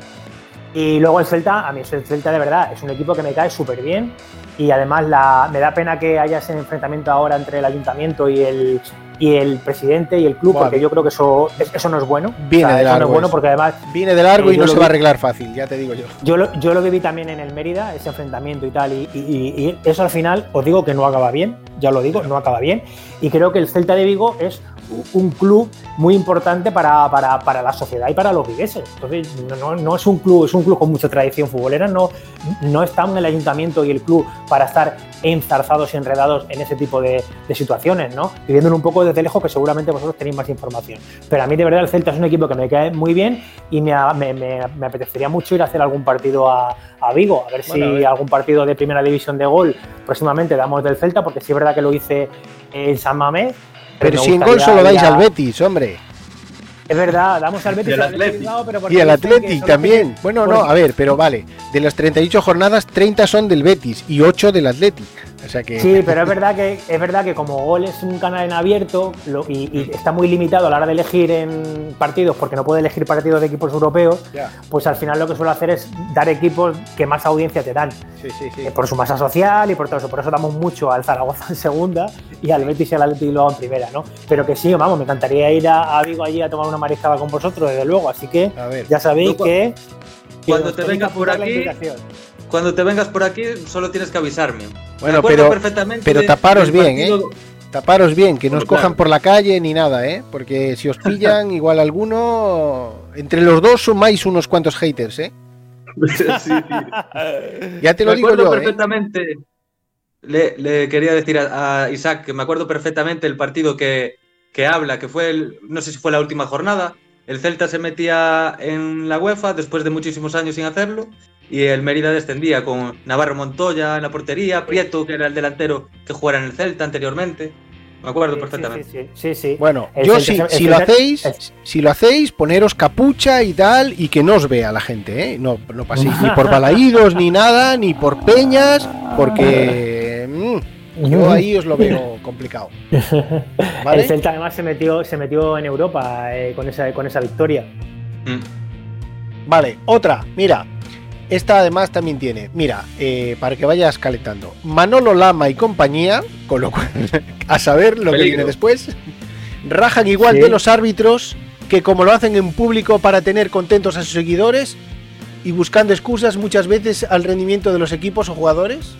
Y luego el Celta, a mí el Celta de verdad es un equipo que me cae súper bien y además la, me da pena que haya ese enfrentamiento ahora entre el ayuntamiento y el, y el presidente y el club, Buah, porque yo creo que eso, eso no es bueno. Viene o sea, de eso largo no es bueno eso. porque además... Viene de largo eh, y no yo se lo va a vi- arreglar fácil, ya te digo yo. Yo lo, yo lo viví también en el Mérida, ese enfrentamiento y tal, y, y- y- y eso al final, os digo que no acaba bien, ya lo digo, no acaba bien, y creo que el Celta de Vigo es un club muy importante para, para, para la sociedad y para los vigueses. Entonces, no, no, no es un club, es un club con mucha tradición futbolera, no, no están el ayuntamiento y el club para estar enzarzados y enredados en ese tipo de, de situaciones, ¿no? Viviéndolo un poco desde lejos, que seguramente vosotros tenéis más información. Pero a mí, de verdad, el Celta es un equipo que me cae muy bien y me, me, me, me apetecería mucho ir a hacer algún partido a, a Vigo, a ver Bueno, si a ver. algún partido de primera división de gol próximamente damos del Celta, porque sí es verdad que lo hice en San Mamés. Pero me si en gol gustaría solo dais ir a- al Betis, hombre. Es verdad, damos al Betis Y al al Athletic Athletic. Bilbao, pero porque Y al dicen que Athletic solo también. tiene- Bueno, por- no, a ver, pero vale. De las treinta y ocho jornadas, treinta son del Betis y ocho del Athletic. O sea que... Sí, pero es verdad que es verdad que como Gol es un canal en abierto lo- y, y está muy limitado a la hora de elegir en partidos, porque no puede elegir partidos de equipos europeos, Ya. pues al final lo que suelo hacer es dar equipos que más audiencia te dan, Sí, sí, sí. eh, por su masa social y por todo eso. Por eso damos mucho al Zaragoza en segunda y al Betis y al Athletic Bilbao en primera, ¿no? Pero que sí, vamos, me encantaría ir a, a Vigo allí a tomar una mariscada con vosotros, desde luego. Así que A ver. ya sabéis Yo cu- que cuando que os te tenéis vengas que por apuntar la aquí, invitación. Cuando te vengas por aquí, solo tienes que avisarme. Me Bueno, acuerdo pero- perfectamente pero de- taparos del bien, partido- Taparos bien, que no os Bueno, cojan claro. por la calle ni nada, ¿eh? Porque si os pillan, igual alguno... Entre los dos sumáis unos cuantos haters, ¿eh? Sí, sí. Ya te lo Me digo acuerdo yo, ¿eh? perfectamente. Le, le quería decir a, a Isaac que me acuerdo perfectamente el partido que, que habla, que fue, el, no sé si fue la última jornada. El Celta se metía en la UEFA después de muchísimos años sin hacerlo y el Mérida descendía con Navarro Montoya en la portería, Prieto, que era el delantero que jugara en el Celta anteriormente. Me acuerdo Sí, perfectamente. Sí, sí, sí, sí. Bueno, El yo Celta si, se- el si lo Celta- hacéis, el- si lo hacéis, poneros capucha y tal, y que no os vea la gente, ¿eh? No, no paséis ni por balaídos, ni nada, ni por peñas, porque mm, yo ahí os lo veo complicado. ¿Vale? El Celta además se metió, se metió en Europa eh, con, esa, con esa victoria. Mm. Vale, otra, mira. Esta además también tiene, mira, eh, para que vayas calentando. Manolo Lama y compañía, con lo cual, a saber lo que Peligro. viene después, rajan igual Sí. de los árbitros que como lo hacen en público para tener contentos a sus seguidores y buscando excusas muchas veces al rendimiento de los equipos o jugadores.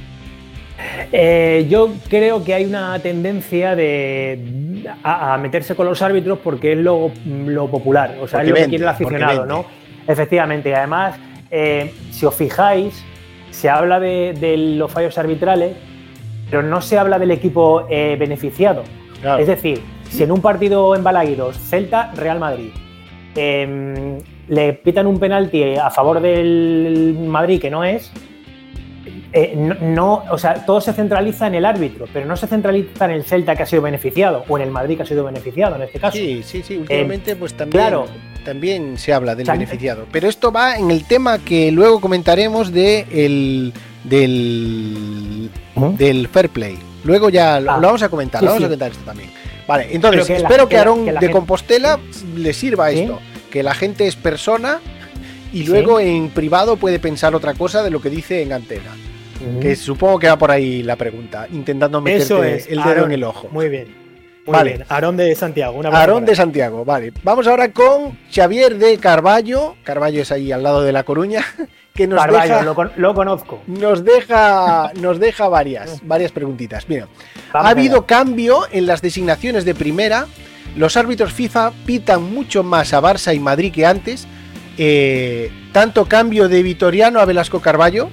Eh, yo creo que hay una tendencia de a, a meterse con los árbitros porque es lo, lo popular, o sea, Porque es lo que vende, quiere el porque aficionado, vende. ¿no? Efectivamente, y además, eh, si os fijáis, se habla de, de los fallos arbitrales, pero no se habla del equipo eh, beneficiado. Claro. Es decir, si en un partido en Balaguiros, Celta, Real Madrid, eh, le pitan un penalti a favor del Madrid que no es, eh, no, no, o sea, todo se centraliza en el árbitro, pero no se centraliza en el Celta que ha sido beneficiado o en el Madrid que ha sido beneficiado en este caso. Sí, sí, sí, últimamente pues también, claro. también se habla del O sea, beneficiado. Pero esto va en el tema que luego comentaremos de el, del, ¿Mm? del fair play. Luego ya lo, Ah, lo vamos a comentar, sí, lo vamos sí. a comentar esto también. Vale, entonces Pero que la- espero que, que la- Aarón que la de gente- Compostela le sirva ¿Sí? esto, que la gente es persona y Sí. luego en privado puede pensar otra cosa de lo que dice en antena. Uh-huh. Que supongo que va por ahí la pregunta, intentando meterte Eso es, el dedo Aarón, en el ojo. Muy bien. Muy vale. bien. Aarón de Santiago. Aarón de Santiago, vale. Vamos ahora con Xavier de Carballo. Carballo es ahí al lado de La Coruña. Que nos Carballo, deja, lo, con, lo conozco. Nos deja, nos deja varias, varias preguntitas. Mira, Vamos ha habido allá. cambio en las designaciones de primera. Los árbitros FIFA pitan mucho más a Barça y Madrid que antes. Eh, ¿Tanto cambio de Vitoriano a Velasco Carballo?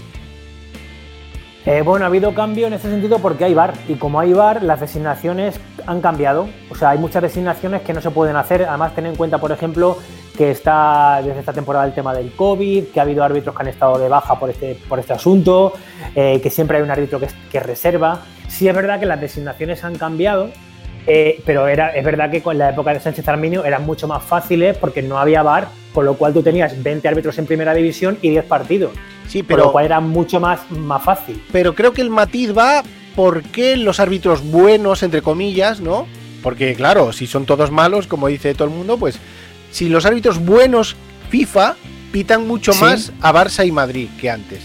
Eh, bueno, ha habido cambio en ese sentido porque hay V A R. Y como hay V A R, las designaciones han cambiado. O sea, hay muchas designaciones que no se pueden hacer. Además, ten en cuenta, por ejemplo, que está desde esta temporada el tema del COVID, que ha habido árbitros que han estado de baja por este, por este asunto, eh, que siempre hay un árbitro que, que reserva. Sí es verdad que las designaciones han cambiado, eh, pero era, es verdad que con la época de Sánchez Arminio eran mucho más fáciles porque no había V A R, con lo cual tú tenías veinte árbitros en primera división y diez partidos. Sí, pero, con lo cual era mucho más, más fácil. Pero creo que el matiz va por qué los árbitros buenos, entre comillas, ¿no? Porque claro, si son todos malos, como dice todo el mundo, pues si los árbitros buenos FIFA pitan mucho ¿Sí? más a Barça y Madrid que antes.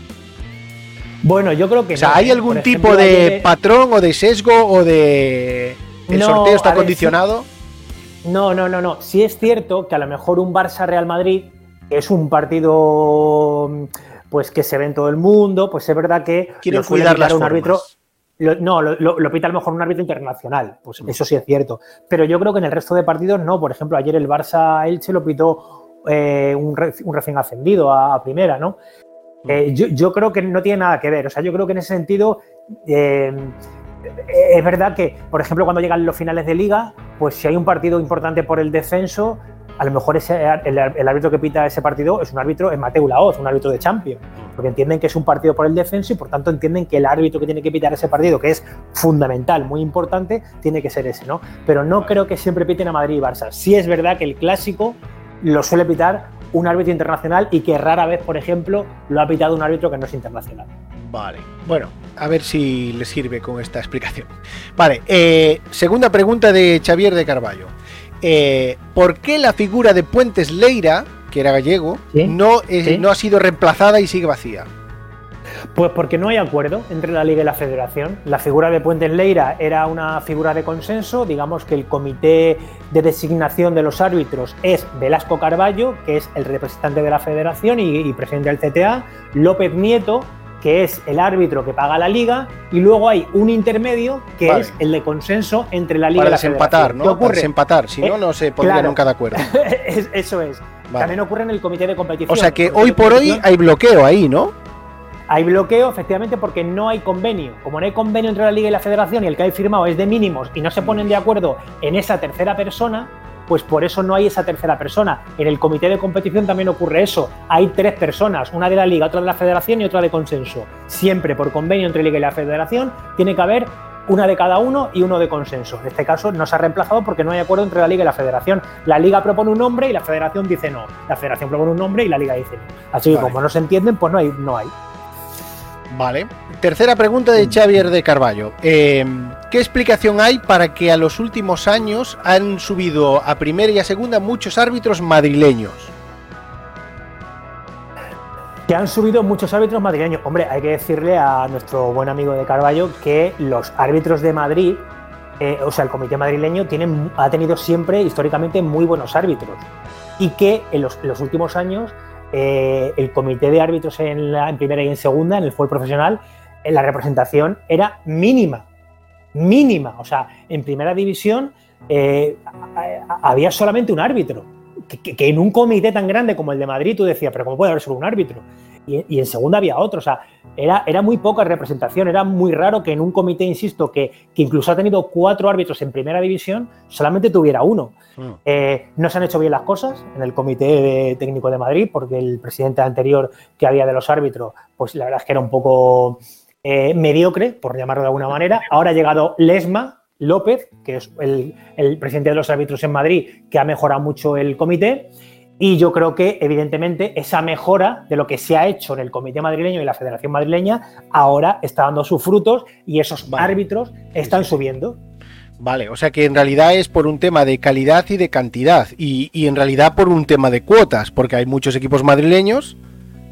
Bueno, yo creo que O sea, no, ¿hay algún por tipo ejemplo, de de... patrón o de sesgo o de... ¿El no, sorteo está ver, condicionado? Sí. No, no, no, no. Sí es cierto que a lo mejor un Barça-Real Madrid, que es un partido pues que se ve en todo el mundo, pues es verdad que... Quieren cuidar las un formas. árbitro. Lo, no, lo, lo, lo pita a lo mejor un árbitro internacional, pues eso sí es cierto. Pero yo creo que en el resto de partidos no. Por ejemplo, ayer el Barça-Elche lo pitó eh, un, re, un recién ascendido a, a primera, ¿no? Eh, yo, yo creo que no tiene nada que ver. O sea, yo creo que en ese sentido eh, es verdad que, por ejemplo, cuando llegan los finales de Liga, pues si hay un partido importante por el descenso, a lo mejor ese, el, el árbitro que pita ese partido es un árbitro, es Mateu Laoz, un árbitro de Champions, porque entienden que es un partido por el descenso y por tanto entienden que el árbitro que tiene que pitar ese partido, que es fundamental, muy importante, tiene que ser ese, ¿no? Pero no creo que siempre piten a Madrid y Barça. Sí es verdad que el clásico lo suele pitar un árbitro internacional y que rara vez, por ejemplo, lo ha pitado un árbitro que no es internacional. Vale, bueno, a ver si le sirve con esta explicación. Vale, eh, segunda pregunta de Xavier de Carballo. Eh, ¿Por qué la figura de Puentes Leira, que era gallego, ¿Sí? no, eh, ¿Sí? no ha sido reemplazada y sigue vacía? Pues porque no hay acuerdo entre la Liga y la Federación. La figura de Puentes Leira era una figura de consenso. Digamos que el comité de designación de los árbitros es Velasco Carballo, que es el representante de la Federación y, y presidente del C T A, López Nieto, que es el árbitro que paga la Liga, y luego hay un intermedio que vale. es el de consenso entre la Liga Para y la desempatar, Federación. ¿no? Para desempatar, si no, no se pondría claro. nunca de acuerdo. Eso es. Vale. También ocurre en el comité de competición. O sea que hoy por hoy hay bloqueo ahí, ¿no? Hay bloqueo, efectivamente, porque no hay convenio. Como no hay convenio entre la Liga y la Federación y el que hay firmado es de mínimos y no se ponen de acuerdo en esa tercera persona, pues por eso no hay esa tercera persona. En el comité de competición también ocurre eso. Hay tres personas, una de la Liga, otra de la Federación y otra de consenso. Siempre por convenio entre Liga y la Federación tiene que haber una de cada uno y uno de consenso. En este caso no se ha reemplazado porque no hay acuerdo entre la Liga y la Federación. La Liga propone un nombre y la Federación dice no. La Federación propone un nombre y la Liga dice no. Así que vale. como no se entienden, pues no hay. No hay. Vale. Tercera pregunta de Xavier de Carballo. Eh, ¿Qué explicación hay para que a los últimos años han subido a primera y a segunda muchos árbitros madrileños? Que han subido muchos árbitros madrileños. Hombre, hay que decirle a nuestro buen amigo de Carballo que los árbitros de Madrid, eh, o sea, el comité madrileño tiene, ha tenido siempre, históricamente, muy buenos árbitros. Y que en los, en los últimos años Eh, el comité de árbitros en, la, en primera y en segunda, en el fútbol profesional, en la representación era mínima, mínima. O sea, en primera división eh, había solamente un árbitro, que, que, que en un comité tan grande como el de Madrid tú decías, pero ¿cómo puede haber solo un árbitro? Y, y en segunda había otro. O sea, era, era muy poca representación, era muy raro que en un comité, insisto, que, que incluso ha tenido cuatro árbitros en primera división, solamente tuviera uno. Mm. Eh, no se han hecho bien las cosas en el comité de, técnico de Madrid, porque el presidente anterior que había de los árbitros, pues la verdad es que era un poco eh, mediocre, por llamarlo de alguna manera. Ahora ha llegado Lesma López, que es el, el presidente de los árbitros en Madrid, que ha mejorado mucho el comité. Y yo creo que, evidentemente, esa mejora de lo que se ha hecho en el Comité Madrileño y la Federación Madrileña ahora está dando sus frutos y esos vale. árbitros están subiendo. Vale, o sea que en realidad es por un tema de calidad y de cantidad y, y en realidad por un tema de cuotas, porque hay muchos equipos madrileños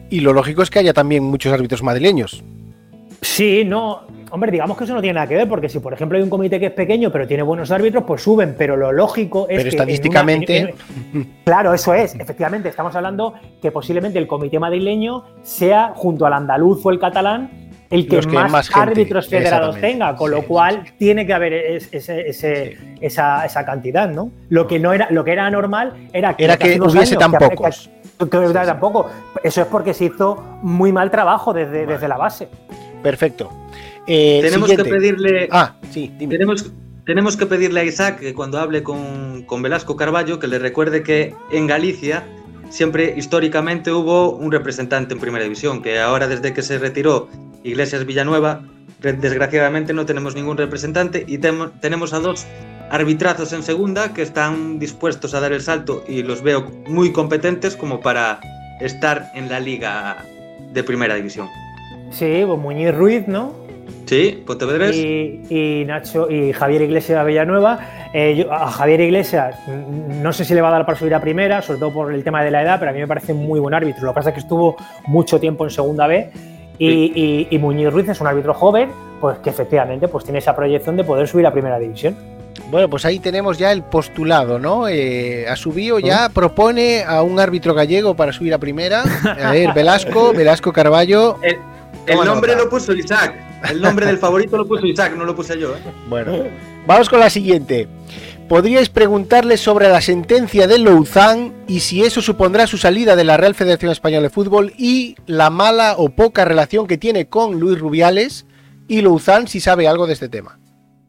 Y lo lógico es que haya también muchos árbitros madrileños. Sí, no, hombre, digamos que eso no tiene nada que ver, porque si por ejemplo hay un comité que es pequeño pero tiene buenos árbitros, pues suben, pero lo lógico es pero que estadísticamente... En una, en, en, claro, eso es, efectivamente, estamos hablando que posiblemente el comité madrileño sea, junto al andaluz o el catalán, el que, que más, más árbitros federados tenga, con sí, lo cual sí, sí. tiene que haber ese, ese, ese, sí. esa, esa cantidad, ¿no? Lo que no era, lo que era anormal era que, era que hubiese tan que, pocos. Que, que, que sí, tampoco. Eso es porque se hizo muy mal trabajo desde, vale. desde la base. Perfecto. Eh, tenemos siguiente. que pedirle. Ah, sí, dime. Tenemos, tenemos que pedirle a Isaac que cuando hable con, con Velasco Carballo que le recuerde que en Galicia siempre históricamente hubo un representante en Primera División, que ahora desde que se retiró Iglesias Villanueva, desgraciadamente no tenemos ningún representante y tem- tenemos a dos arbitrazos en segunda que están dispuestos a dar el salto y los veo muy competentes como para estar en la liga de Primera División. Sí, pues Muñiz Ruiz, ¿no? Sí, Pontevedrés. Y, y Nacho y Javier Iglesias Villanueva. Eh, yo, a Javier Iglesias no sé si le va a dar para subir a primera, sobre todo por el tema de la edad, pero a mí me parece muy buen árbitro. Lo que pasa es que estuvo mucho tiempo en segunda B y, sí. y, y Muñiz Ruiz es un árbitro joven, pues que efectivamente pues tiene esa proyección de poder subir a primera división. Bueno, pues ahí tenemos ya el postulado, ¿no? Eh, Asubío ya ¿Mm? propone a un árbitro gallego para subir a primera. A ver, Velasco, Velasco Carballo. El, el nombre nota. Lo puso Isaac. El nombre del favorito lo puso Isaac, no lo puse yo, ¿eh? Bueno, vamos con la siguiente. ¿Podríais preguntarle sobre la sentencia de Louzán y si eso supondrá su salida de la Real Federación Española de Fútbol y la mala o poca relación que tiene con Luis Rubiales y Louzán, si sabe algo de este tema?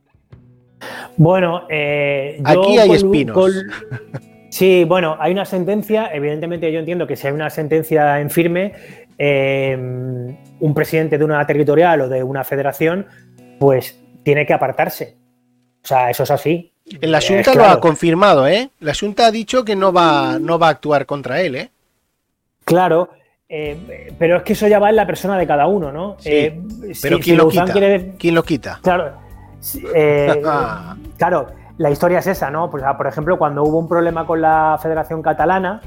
Bueno, eh, yo aquí hay con, espinos. Con, sí, bueno, hay una sentencia, evidentemente yo entiendo que si hay una sentencia en firme, eh, un presidente de una territorial o de una federación, pues tiene que apartarse. O sea, eso es así. La Junta claro. lo ha confirmado, ¿eh? La Junta ha dicho que no va, no va a actuar contra él, ¿eh? Claro, eh, pero es que eso ya va en la persona de cada uno, ¿no? Sí, eh, pero si, ¿quién, si lo Louzán quita? Quiere... ¿Quién lo quita? Claro, eh, claro, la historia es esa, ¿no? Pues, por ejemplo, cuando hubo un problema con la Federación Catalana,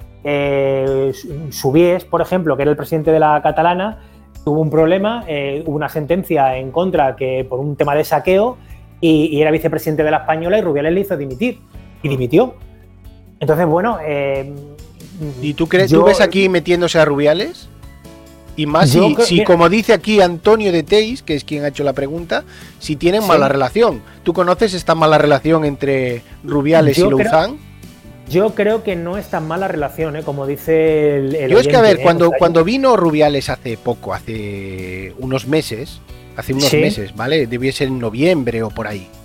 eh, Subies, por ejemplo, que era el presidente de la Catalana, tuvo un problema, eh, hubo una sentencia en contra que por un tema de saqueo y, y era vicepresidente de la Española y Rubiales le hizo dimitir y dimitió. Entonces, bueno... Eh, ¿Y tú crees, yo, tú ves aquí metiéndose a Rubiales? Y más si, creo, si como dice aquí Antonio de Teis, que es quien ha hecho la pregunta, si tienen sí. mala relación. ¿Tú conoces esta mala relación entre Rubiales yo y Louzán? Creo, yo creo que no es tan mala relación, ¿eh? Como dice el, el Yo oyente, es que, a ver, ¿eh? cuando, o sea, cuando vino Rubiales hace poco, hace unos meses, hace unos ¿Sí? meses, ¿vale? Debió ser en noviembre o por ahí.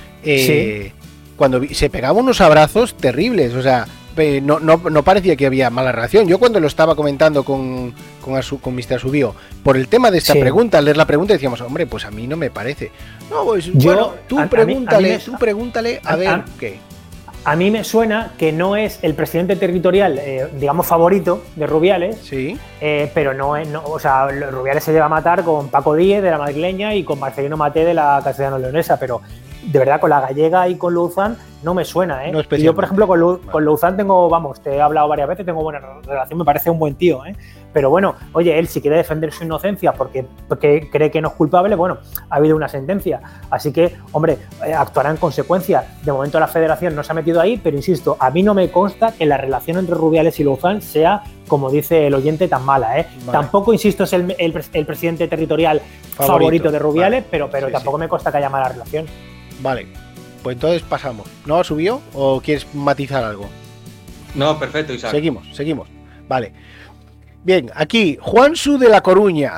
Eh, ¿Sí? Cuando vi, se pegaba unos abrazos terribles, o sea... No, no, no parecía que había mala relación. Yo cuando lo estaba comentando con, con, Asu, con mister Asubío por el tema de esta sí. pregunta, al leer la pregunta decíamos, hombre, pues a mí no me parece. No, pues Yo, bueno, tú a, pregúntale, a mí, a mí me, tú pregúntale a, a ver a, qué. A mí me suena que no es el presidente territorial, eh, digamos, favorito de Rubiales, sí. eh, pero no es, no, o sea, Rubiales se lleva a matar con Paco Díez de la madrileña y con Marcelino Maté de la castellano-leonesa, pero de verdad con la gallega y con Louzán no me suena, ¿eh? No y yo, por ejemplo, con, Lu, vale. con Louzán tengo, vamos, te he hablado varias veces, tengo buena relación, me parece un buen tío, ¿eh? Pero bueno, oye, él si quiere defender su inocencia porque, porque cree que no es culpable, bueno, ha habido una sentencia. Así que, hombre, eh, actuará en consecuencia. De momento la federación no se ha metido ahí, pero insisto, a mí no me consta que la relación entre Rubiales y Louzán sea, como dice el oyente, tan mala, ¿eh? Vale. Tampoco, insisto, es el, el, el presidente territorial favorito, favorito de Rubiales, vale. pero, pero sí, tampoco sí. me consta que haya mala relación. Vale, pues entonces pasamos. ¿No subió o quieres matizar algo? No, perfecto, Isaac. Seguimos, seguimos. Vale. Bien, aquí, Juansu de La Coruña.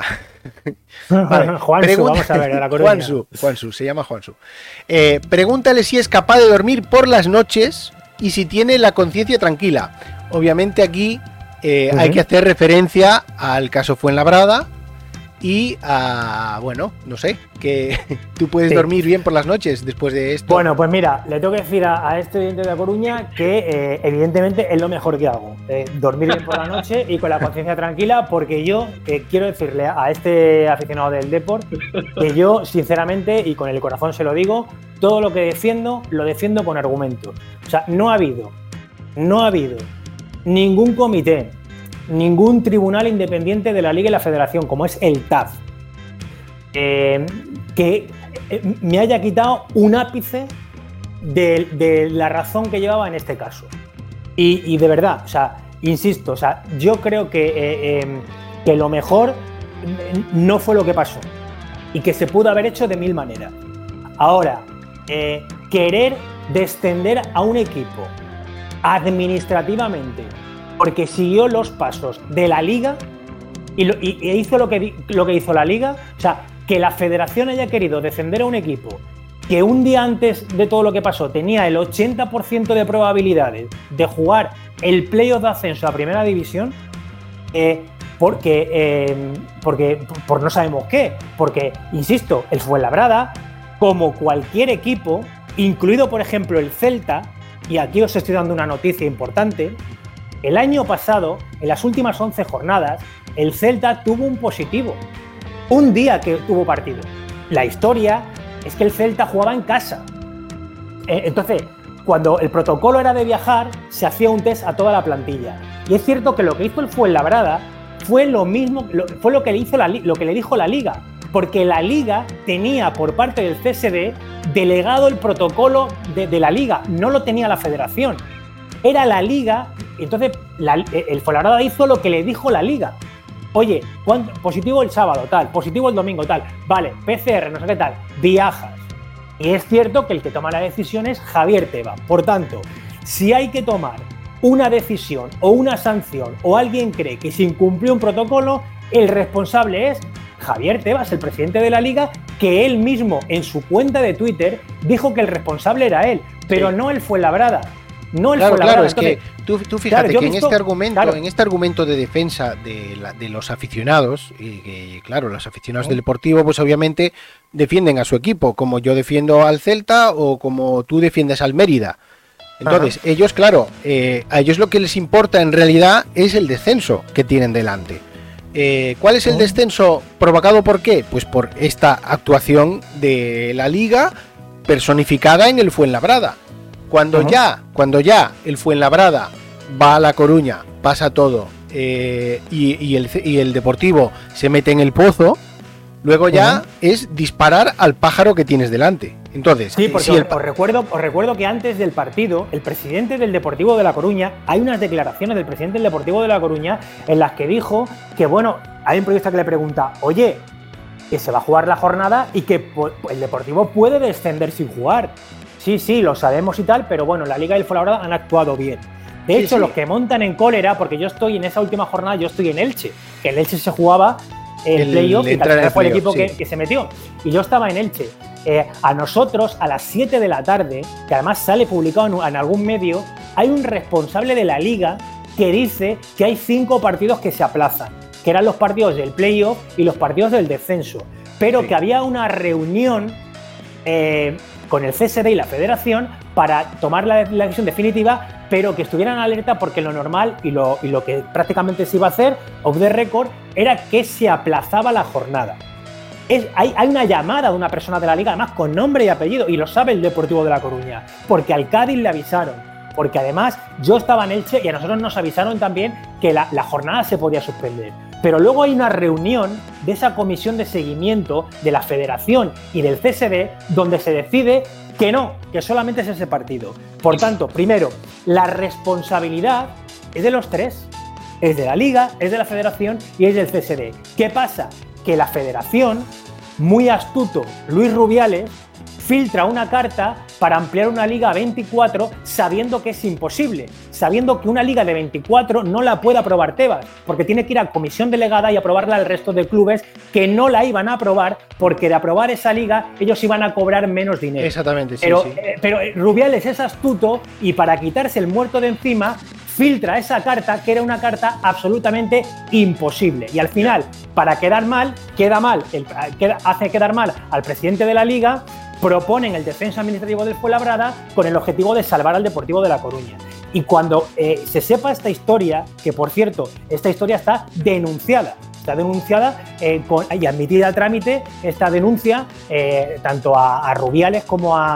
Vale, Juansu, pregunta... vamos a ver, de La Coruña. Juansu, Juansu, se llama Juansu. Eh, pregúntale si es capaz de dormir por las noches y si tiene la conciencia tranquila. Obviamente aquí eh, uh-huh. hay que hacer referencia al caso Fuenlabrada. Y, uh, bueno, no sé, que tú puedes sí. dormir bien por las noches después de esto. Bueno, pues mira, le tengo que decir a, a este oyente de La Coruña que eh, evidentemente es lo mejor que hago, eh, dormir bien por la noche y con la conciencia tranquila, porque yo eh, quiero decirle a este aficionado del deporte que yo, sinceramente, y con el corazón se lo digo, todo lo que defiendo, lo defiendo con argumentos. O sea, no ha habido, no ha habido ningún comité, ningún tribunal independiente de la Liga y la Federación, como es el T A F, eh, que me haya quitado un ápice de, de la razón que llevaba en este caso. Y, y de verdad, o sea, insisto, o sea, yo creo que, eh, eh, que lo mejor no fue lo que pasó y que se pudo haber hecho de mil maneras. Ahora, eh, querer descender a un equipo administrativamente porque siguió los pasos de la Liga y, lo, y, y hizo lo que, lo que hizo la Liga, o sea, que la Federación haya querido descender a un equipo que un día antes de todo lo que pasó tenía el ochenta por ciento de probabilidades de jugar el playoff de ascenso a Primera División, eh, porque, eh, porque por no sabemos qué, porque, insisto, el Fuenlabrada, como cualquier equipo, incluido por ejemplo el Celta, y aquí os estoy dando una noticia importante, el año pasado, en las últimas once jornadas, el Celta tuvo un positivo, un día que tuvo partido. La historia es que el Celta jugaba en casa. Entonces, cuando el protocolo era de viajar, se hacía un test a toda la plantilla. Y es cierto que lo que hizo el Fuenlabrada fue lo mismo, fue lo que le hizo la, lo que le dijo la Liga, porque la Liga tenía por parte del C S D delegado el protocolo de, de la Liga, no lo tenía la Federación. Era la Liga, entonces la, el Fuenlabrada hizo lo que le dijo la Liga. Oye, positivo el sábado, tal, positivo el domingo, tal, vale, P C R, no sé qué tal, viajas. Y es cierto que el que toma la decisión es Javier Tebas. Por tanto, si hay que tomar una decisión o una sanción o alguien cree que se incumplió un protocolo, el responsable es Javier Tebas, el presidente de la Liga, que él mismo en su cuenta de Twitter dijo que el responsable era él, pero sí. no el Fuenlabrada. No el claro, Fuenlabrada. claro, es Entonces, que tú, tú fíjate claro, que en visto, este argumento, claro. en este argumento de defensa de, la, de los aficionados, y que claro, los aficionados ¿Sí? del Deportivo, pues obviamente defienden a su equipo, como yo defiendo al Celta o como tú defiendes al Mérida. Entonces, Ajá. ellos, claro, eh, a ellos lo que les importa en realidad es el descenso que tienen delante. Eh, ¿Cuál es el descenso provocado por qué? Pues por esta actuación de la Liga personificada en el Fuenlabrada. Cuando uh-huh. ya, cuando ya el Fuenlabrada va a La Coruña, pasa todo eh, y, y, el, y el Deportivo se mete en el pozo, luego ya uh-huh. es disparar al pájaro que tienes delante. Entonces, sí, porque si os, el... os, recuerdo, os recuerdo que antes del partido, el presidente del Deportivo de La Coruña, hay unas declaraciones del presidente del Deportivo de La Coruña en las que dijo que, bueno, hay un periodista que le pregunta, oye, que se va a jugar la jornada y que el Deportivo puede descender sin jugar. Sí, sí, lo sabemos y tal, pero bueno, la Liga y el Fuenlabrada han actuado bien. De sí, hecho, sí. los que montan en cólera, porque yo estoy en esa última jornada, yo estoy en Elche, que en Elche se jugaba el, el playoff y tal fue el equipo sí. que, que se metió. Y yo estaba en Elche. Eh, a nosotros, a las siete de la tarde, que además sale publicado en, en algún medio, hay un responsable de la Liga que dice que hay cinco partidos que se aplazan, que eran los partidos del playoff y los partidos del descenso, pero sí. que había una reunión eh, con el C S D y la Federación para tomar la, la decisión definitiva, pero que estuvieran alerta porque lo normal y lo, y lo que prácticamente se iba a hacer, off the record, era que se aplazaba la jornada. Es, hay, hay una llamada de una persona de la Liga, además con nombre y apellido, y lo sabe el Deportivo de La Coruña, porque al Cádiz le avisaron, porque además yo estaba en Elche y a nosotros nos avisaron también que la, la jornada se podía suspender. Pero luego hay una reunión de esa comisión de seguimiento de la Federación y del C S D donde se decide que no, que solamente es ese partido. Por tanto, primero, la responsabilidad es de los tres, es de la Liga, es de la Federación y es del C S D. ¿Qué pasa? Que la Federación, muy astuto, Luis Rubiales, filtra una carta para ampliar una liga a veinticuatro sabiendo que es imposible, sabiendo que una liga de veinticuatro no la puede aprobar Tebas, porque tiene que ir a comisión delegada y aprobarla al resto de clubes que no la iban a aprobar, porque de aprobar esa liga ellos iban a cobrar menos dinero. Exactamente, sí, pero, sí. Eh, pero Rubiales es astuto y para quitarse el muerto de encima filtra esa carta, que era una carta absolutamente imposible. Y al final, para quedar mal, queda mal, el, queda, hace quedar mal al presidente de la Liga, proponen el descenso administrativo del Fuenlabrada con el objetivo de salvar al Deportivo de La Coruña. Y cuando eh, se sepa esta historia, que por cierto, esta historia está denunciada, está denunciada eh, con, y admitida a trámite esta denuncia, eh, tanto a, a Rubiales como a,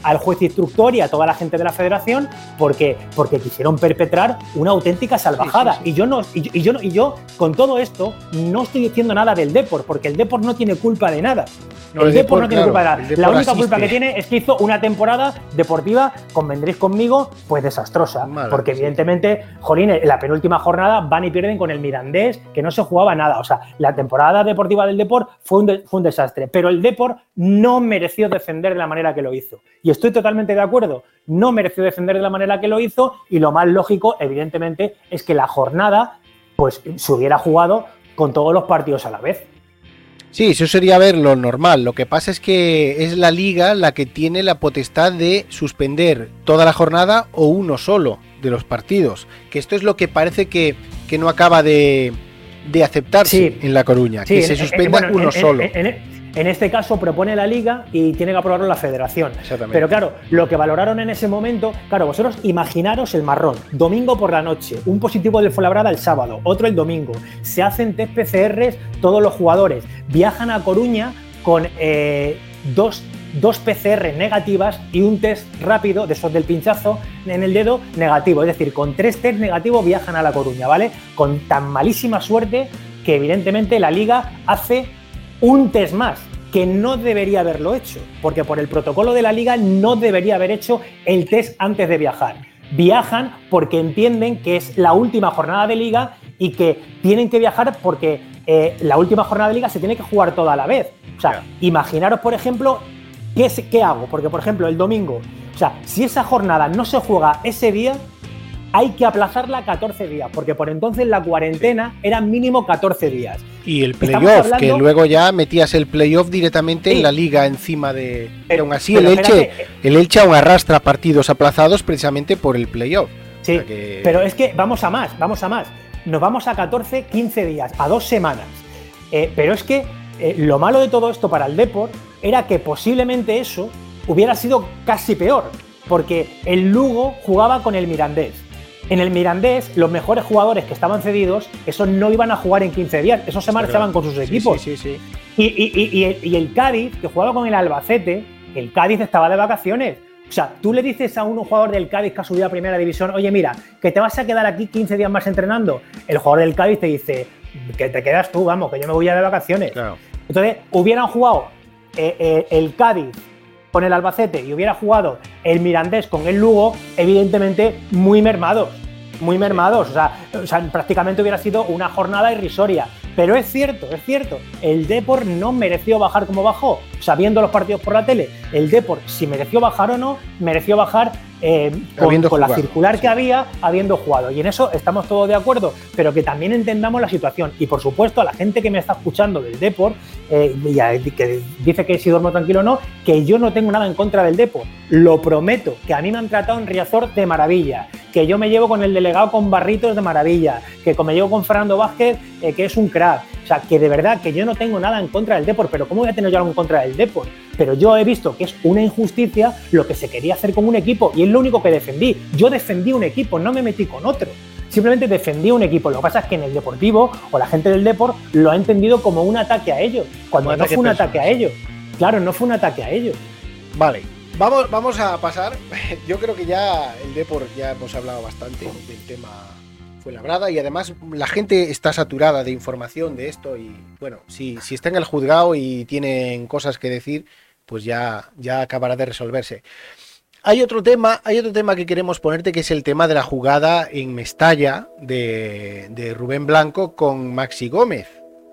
al juez instructor y a toda la gente de la federación porque, porque quisieron perpetrar una auténtica salvajada. Sí, sí, sí. Y, yo no, y, yo, y, yo no, y yo, con todo esto, no estoy diciendo nada del Depor, porque el Depor no tiene culpa de nada. No, el, el Depor Depor, no tiene claro, culpa de nada. La única asiste. culpa que tiene es que hizo una temporada deportiva, convendréis conmigo, pues desastrosa. Vale, porque sí. evidentemente, jolín, en la penúltima jornada van y pierden con el Mirandés, que no se jugaba nada. O sea, la temporada deportiva del Depor fue un, de, fue un desastre. Pero el Depor no mereció defender de la manera que lo hizo. Y estoy totalmente de acuerdo. No mereció defender de la manera que lo hizo y lo más lógico, evidentemente, es que la jornada pues se hubiera jugado con todos los partidos a la vez. Sí, eso sería ver lo normal. Lo que pasa es que es la liga la que tiene la potestad de suspender toda la jornada o uno solo de los partidos. Que esto es lo que parece que, que no acaba de, de aceptarse sí. en La Coruña, sí, que en, se suspenda en, bueno, uno en, solo. En, en, en este caso propone la liga y tiene que aprobarlo la federación. Pero claro, lo que valoraron en ese momento, claro, vosotros imaginaros el marrón. Domingo por la noche, un positivo del Fuenlabrada el sábado, otro el domingo. Se hacen test P C Rs todos los jugadores. Viajan a Coruña con eh, dos, dos P C R negativas y un test rápido, de esos del pinchazo, en el dedo negativo. Es decir, con tres test negativos viajan a La Coruña, ¿vale? Con tan malísima suerte que evidentemente la liga hace un test más, que no debería haberlo hecho, porque por el protocolo de la liga no debería haber hecho el test antes de viajar. Viajan porque entienden que es la última jornada de liga y que tienen que viajar porque eh, la última jornada de liga se tiene que jugar toda a la vez. O sea, yeah. imaginaros, por ejemplo, ¿qué, ¿qué hago? Porque, por ejemplo, el domingo, o sea, si esa jornada no se juega ese día, hay que aplazarla catorce días, porque por entonces la cuarentena era mínimo catorce días. Y el playoff, hablando... que luego ya metías el playoff directamente sí. en la liga encima de... Pero aún así pero el Elche, el Elche aún arrastra partidos aplazados precisamente por el playoff. Sí, o sea que... pero es que vamos a más, vamos a más. Nos vamos a catorce, quince días, a dos semanas. Eh, pero es que eh, lo malo de todo esto para el Depor era que posiblemente eso hubiera sido casi peor, porque el Lugo jugaba con el Mirandés. En el Mirandés, los mejores jugadores que estaban cedidos, esos no iban a jugar en quince días, esos se marchaban con sus equipos. Sí, sí, sí, sí. Y, y, y, y, el, y el Cádiz, que jugaba con el Albacete, el Cádiz estaba de vacaciones. O sea, tú le dices a un jugador del Cádiz que ha subido a Primera División, oye, mira, que te vas a quedar aquí quince días más entrenando. El jugador del Cádiz te dice, que te quedas tú, vamos, que yo me voy a de vacaciones. Claro. Entonces, hubieran jugado eh, eh, el Cádiz con el Albacete y hubiera jugado el Mirandés con el Lugo, evidentemente muy mermados, muy mermados, o sea, o sea, prácticamente hubiera sido una jornada irrisoria. Pero es cierto, es cierto, el Depor no mereció bajar como bajó, o sea, viendo los partidos por la tele, el Depor, si mereció bajar o no, mereció bajar eh, con, con la circular que había, habiendo jugado. Y en eso estamos todos de acuerdo, pero que también entendamos la situación. Y por supuesto, a la gente que me está escuchando del Depor, eh, y a, que dice que si duermo tranquilo o no, que yo no tengo nada en contra del Depor. Lo prometo, que a mí me han tratado en Riazor de maravilla, que yo me llevo con el delegado con Barritos de maravilla, que me llevo con Fernando Vázquez, eh, que es un crack. O sea, que de verdad que yo no tengo nada en contra del Depor, pero ¿cómo voy a tener yo algo en contra del Depor? Pero yo he visto que es una injusticia lo que se quería hacer con un equipo y es lo único que defendí. Yo defendí un equipo, no me metí con otro. Simplemente defendí un equipo. Lo que pasa es que en el Deportivo o la gente del Depor lo ha entendido como un ataque a ellos, cuando no fue un ataque a ellos. Claro, no fue un ataque a ellos. Vale, vamos, vamos a pasar. Yo creo que ya el Depor ya hemos hablado bastante del tema Fuenlabrada y además la gente está saturada de información de esto y bueno, si, si está en el juzgado y tienen cosas que decir, pues ya, ya acabará de resolverse. Hay otro tema, hay otro tema que queremos ponerte, que es el tema de la jugada en Mestalla de, de Rubén Blanco con Maxi Gómez,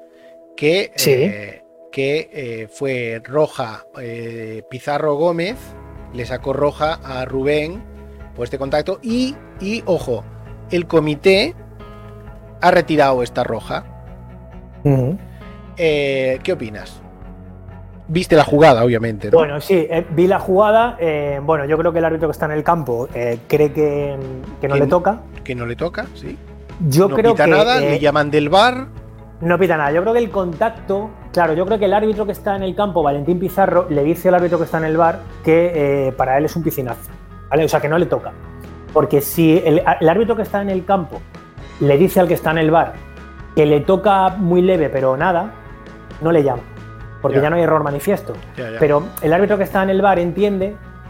que, sí. eh, que eh, fue roja eh, Pizarro Gómez, le sacó roja a Rubén por este contacto y, y ojo, el comité ha retirado esta roja. Uh-huh. Eh, ¿Qué opinas? Viste la jugada, obviamente, ¿no? Bueno, sí, eh, vi la jugada. Eh, bueno, yo creo que el árbitro que está en el campo eh, cree que, que no que, le toca. Que no le toca, sí. Yo no creo pita que nada, eh, le llaman del V A R. No pita nada. Yo creo que el contacto, claro, yo creo que el árbitro que está en el campo, Valentín Pizarro, le dice al árbitro que está en el V A R que eh, para él es un piscinazo, ¿vale? O sea, que no le toca. Porque si el, el árbitro que está en el campo le dice al que está en el V A R que le toca muy leve pero nada, no le llama, porque ya, ya no hay error manifiesto. Ya, ya. Pero el árbitro que está en el V A R entiende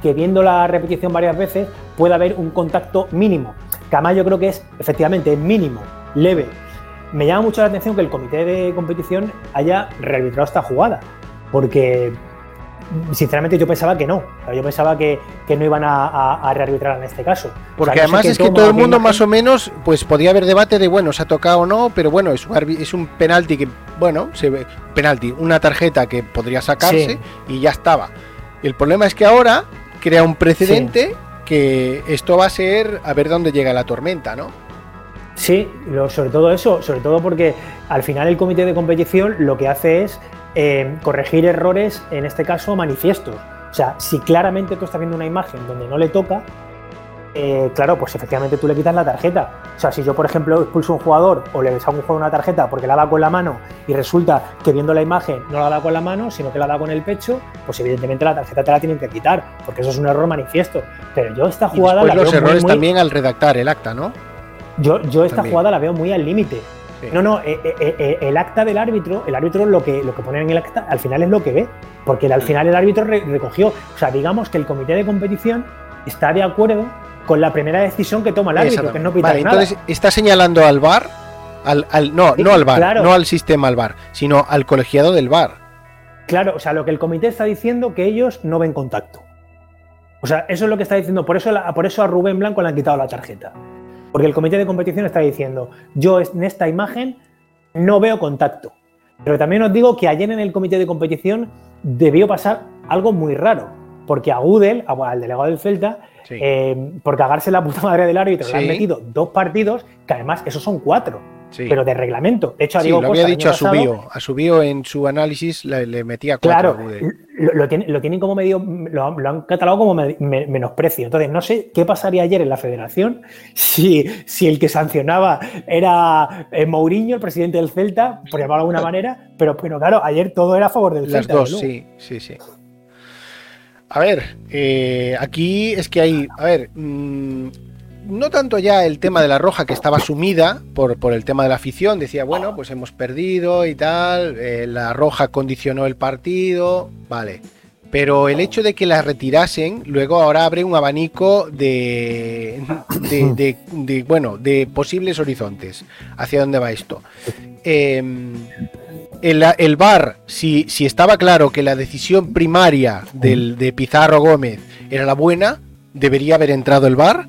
que viendo la repetición varias veces puede haber un contacto mínimo, que además yo creo que es efectivamente mínimo, leve. Me llama mucho la atención que el comité de competición haya rearbitrado esta jugada, porque sinceramente yo pensaba que no, yo pensaba que, que no iban a, a, a rearbitrar en este caso. Porque o sea, además es que todo el mundo más o menos, pues podía haber debate de, bueno, se ha tocado o no, pero bueno, es un, es un penalti que, bueno, se ve, penalti, una tarjeta que podría sacarse sí. y ya estaba. El problema es que ahora crea un precedente sí. que esto va a ser a ver dónde llega la tormenta, ¿no? Sí, lo, sobre todo eso, sobre todo porque al final el comité de competición lo que hace es eh, corregir errores, en este caso manifiestos. O sea, si claramente tú estás viendo una imagen donde no le toca, eh, claro, pues efectivamente tú le quitas la tarjeta. O sea, si yo, por ejemplo, expulso a un jugador o le saco a un jugador una tarjeta porque la da con la mano y resulta que viendo la imagen no la da con la mano, sino que la da con el pecho, pues evidentemente la tarjeta te la tienen que quitar, porque eso es un error manifiesto. Pero yo esta jugada... Y después la los veo errores muy, muy... también al redactar el acta, ¿no? Yo, yo esta También. jugada la veo muy al límite. Sí. No, no, eh, eh, eh, el acta del árbitro, el árbitro lo que, lo que pone en el acta al final es lo que ve, porque al final el árbitro re recogió, o sea, digamos que el comité de competición está de acuerdo con la primera decisión que toma el árbitro, que es no pitar vale, nada. Entonces está señalando al V A R, al, al, no, no al V A R, claro. no al sistema al V A R, sino al colegiado del V A R. Claro, o sea, lo que el comité está diciendo que ellos no ven contacto. O sea, eso es lo que está diciendo, por eso, la, por eso a Rubén Blanco le han quitado la tarjeta. Porque el comité de competición está diciendo, yo en esta imagen no veo contacto. Pero también os digo que ayer en el comité de competición debió pasar algo muy raro. Porque a Gudel, al delegado del Celta, sí. eh, por cagarse la puta madre del árbitro, sí. le han metido dos partidos, que además esos son cuatro. Sí. Pero de reglamento. De hecho, a sí, Diego lo Costa, había dicho a pasado, Subío. A Subío en su análisis le, le metía cuatro. Claro, lo, lo, tiene, lo tienen como medio, lo, lo han catalogado como me, me, menosprecio. Entonces, no sé qué pasaría ayer en la federación si, si el que sancionaba era eh, Mourinho, el presidente del Celta, por llamarlo de alguna manera, pero, pero claro, ayer todo era a favor del Las Celta. Las dos, sí, sí, sí. A ver, eh, aquí es que hay, a ver, mmm, no tanto ya el tema de la roja, que estaba sumida por, por el tema de la afición, decía, bueno, pues hemos perdido y tal, eh, la roja condicionó el partido, vale, pero el hecho de que la retirasen, luego ahora abre un abanico de, de, de, de bueno, de posibles horizontes, hacia dónde va esto. Eh, el, el V A R, si, si estaba claro que la decisión primaria del, de Pizarro Gómez era la buena, ¿debería haber entrado el V A R?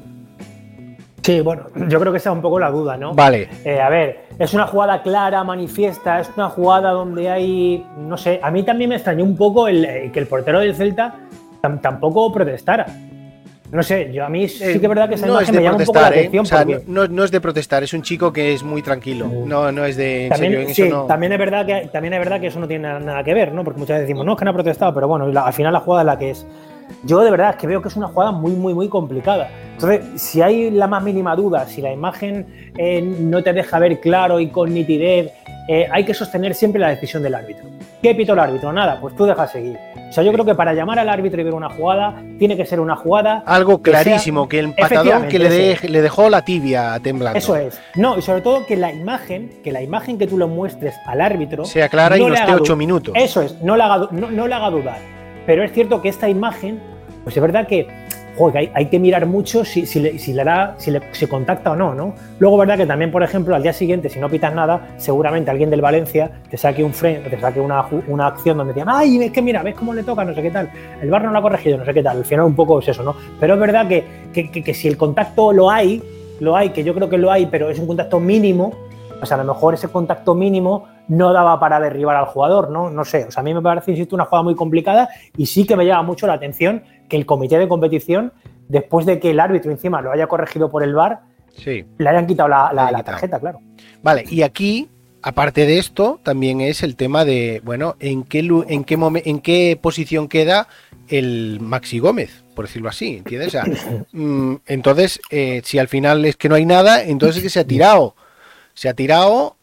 Sí, bueno, yo creo que esa es un poco la duda, ¿no? Vale. Eh, a ver, es una jugada clara, manifiesta, es una jugada donde hay, no sé, a mí también me extrañó un poco el, eh, que el portero del Celta tam, tampoco protestara. No sé, yo a mí sí que es verdad que esa no imagen es de me llama protestar, un poco la ¿eh? atención. O sea, porque... no, no es de protestar, es un chico que es muy tranquilo. No, no es de. En también, serio, en sí, eso no... también es verdad que también es verdad que eso no tiene nada, nada que ver, ¿no? Porque muchas veces decimos, no, es que no ha protestado, pero bueno, la, al final la jugada es la que es. Yo de verdad es que veo que es una jugada muy, muy, muy complicada. Entonces, si hay la más mínima duda, si la imagen eh, no te deja ver claro y con nitidez, eh, hay que sostener siempre la decisión del árbitro. ¿Qué pitó el árbitro? Nada, pues tú dejas seguir. O sea, yo creo que para llamar al árbitro y ver una jugada, tiene que ser una jugada... Algo clarísimo, que, sea, que el empatador que le, de, le dejó la tibia temblando. Eso es. No, y sobre todo que la imagen, que la imagen que tú le muestres al árbitro... sea clara no y no esté ocho minutos. Eso es, no le haga, no, no le haga dudar. Pero es cierto que esta imagen, pues es verdad que, joder, hay, hay que mirar mucho si, si, le, si, le da, si le, se contacta o no, ¿no? Luego, verdad que también, por ejemplo, al día siguiente, si no pitas nada, seguramente alguien del Valencia te saque un frame, te saque una, una acción donde te digan, ay, es que mira, ves cómo le toca, no sé qué tal, el V A R no lo ha corregido, no sé qué tal, al final un poco es eso, ¿no? Pero es verdad que, que, que, que si el contacto lo hay, lo hay, que yo creo que lo hay, pero es un contacto mínimo, pues a lo mejor ese contacto mínimo no daba para derribar al jugador, ¿no? No sé, o sea, a mí me parece, insisto, una jugada muy complicada y sí que me llama mucho la atención que el comité de competición, después de que el árbitro encima lo haya corregido por el V A R, sí. le hayan quitado la, la, la tarjeta, claro. Vale, y aquí, aparte de esto, también es el tema de, bueno, en qué, en qué, momen, en qué posición queda el Maxi Gómez, por decirlo así, ¿entiendes? O sea, mmm, entonces, eh, si al final es que no hay nada, entonces es que se ha tirado. Se ha tirado,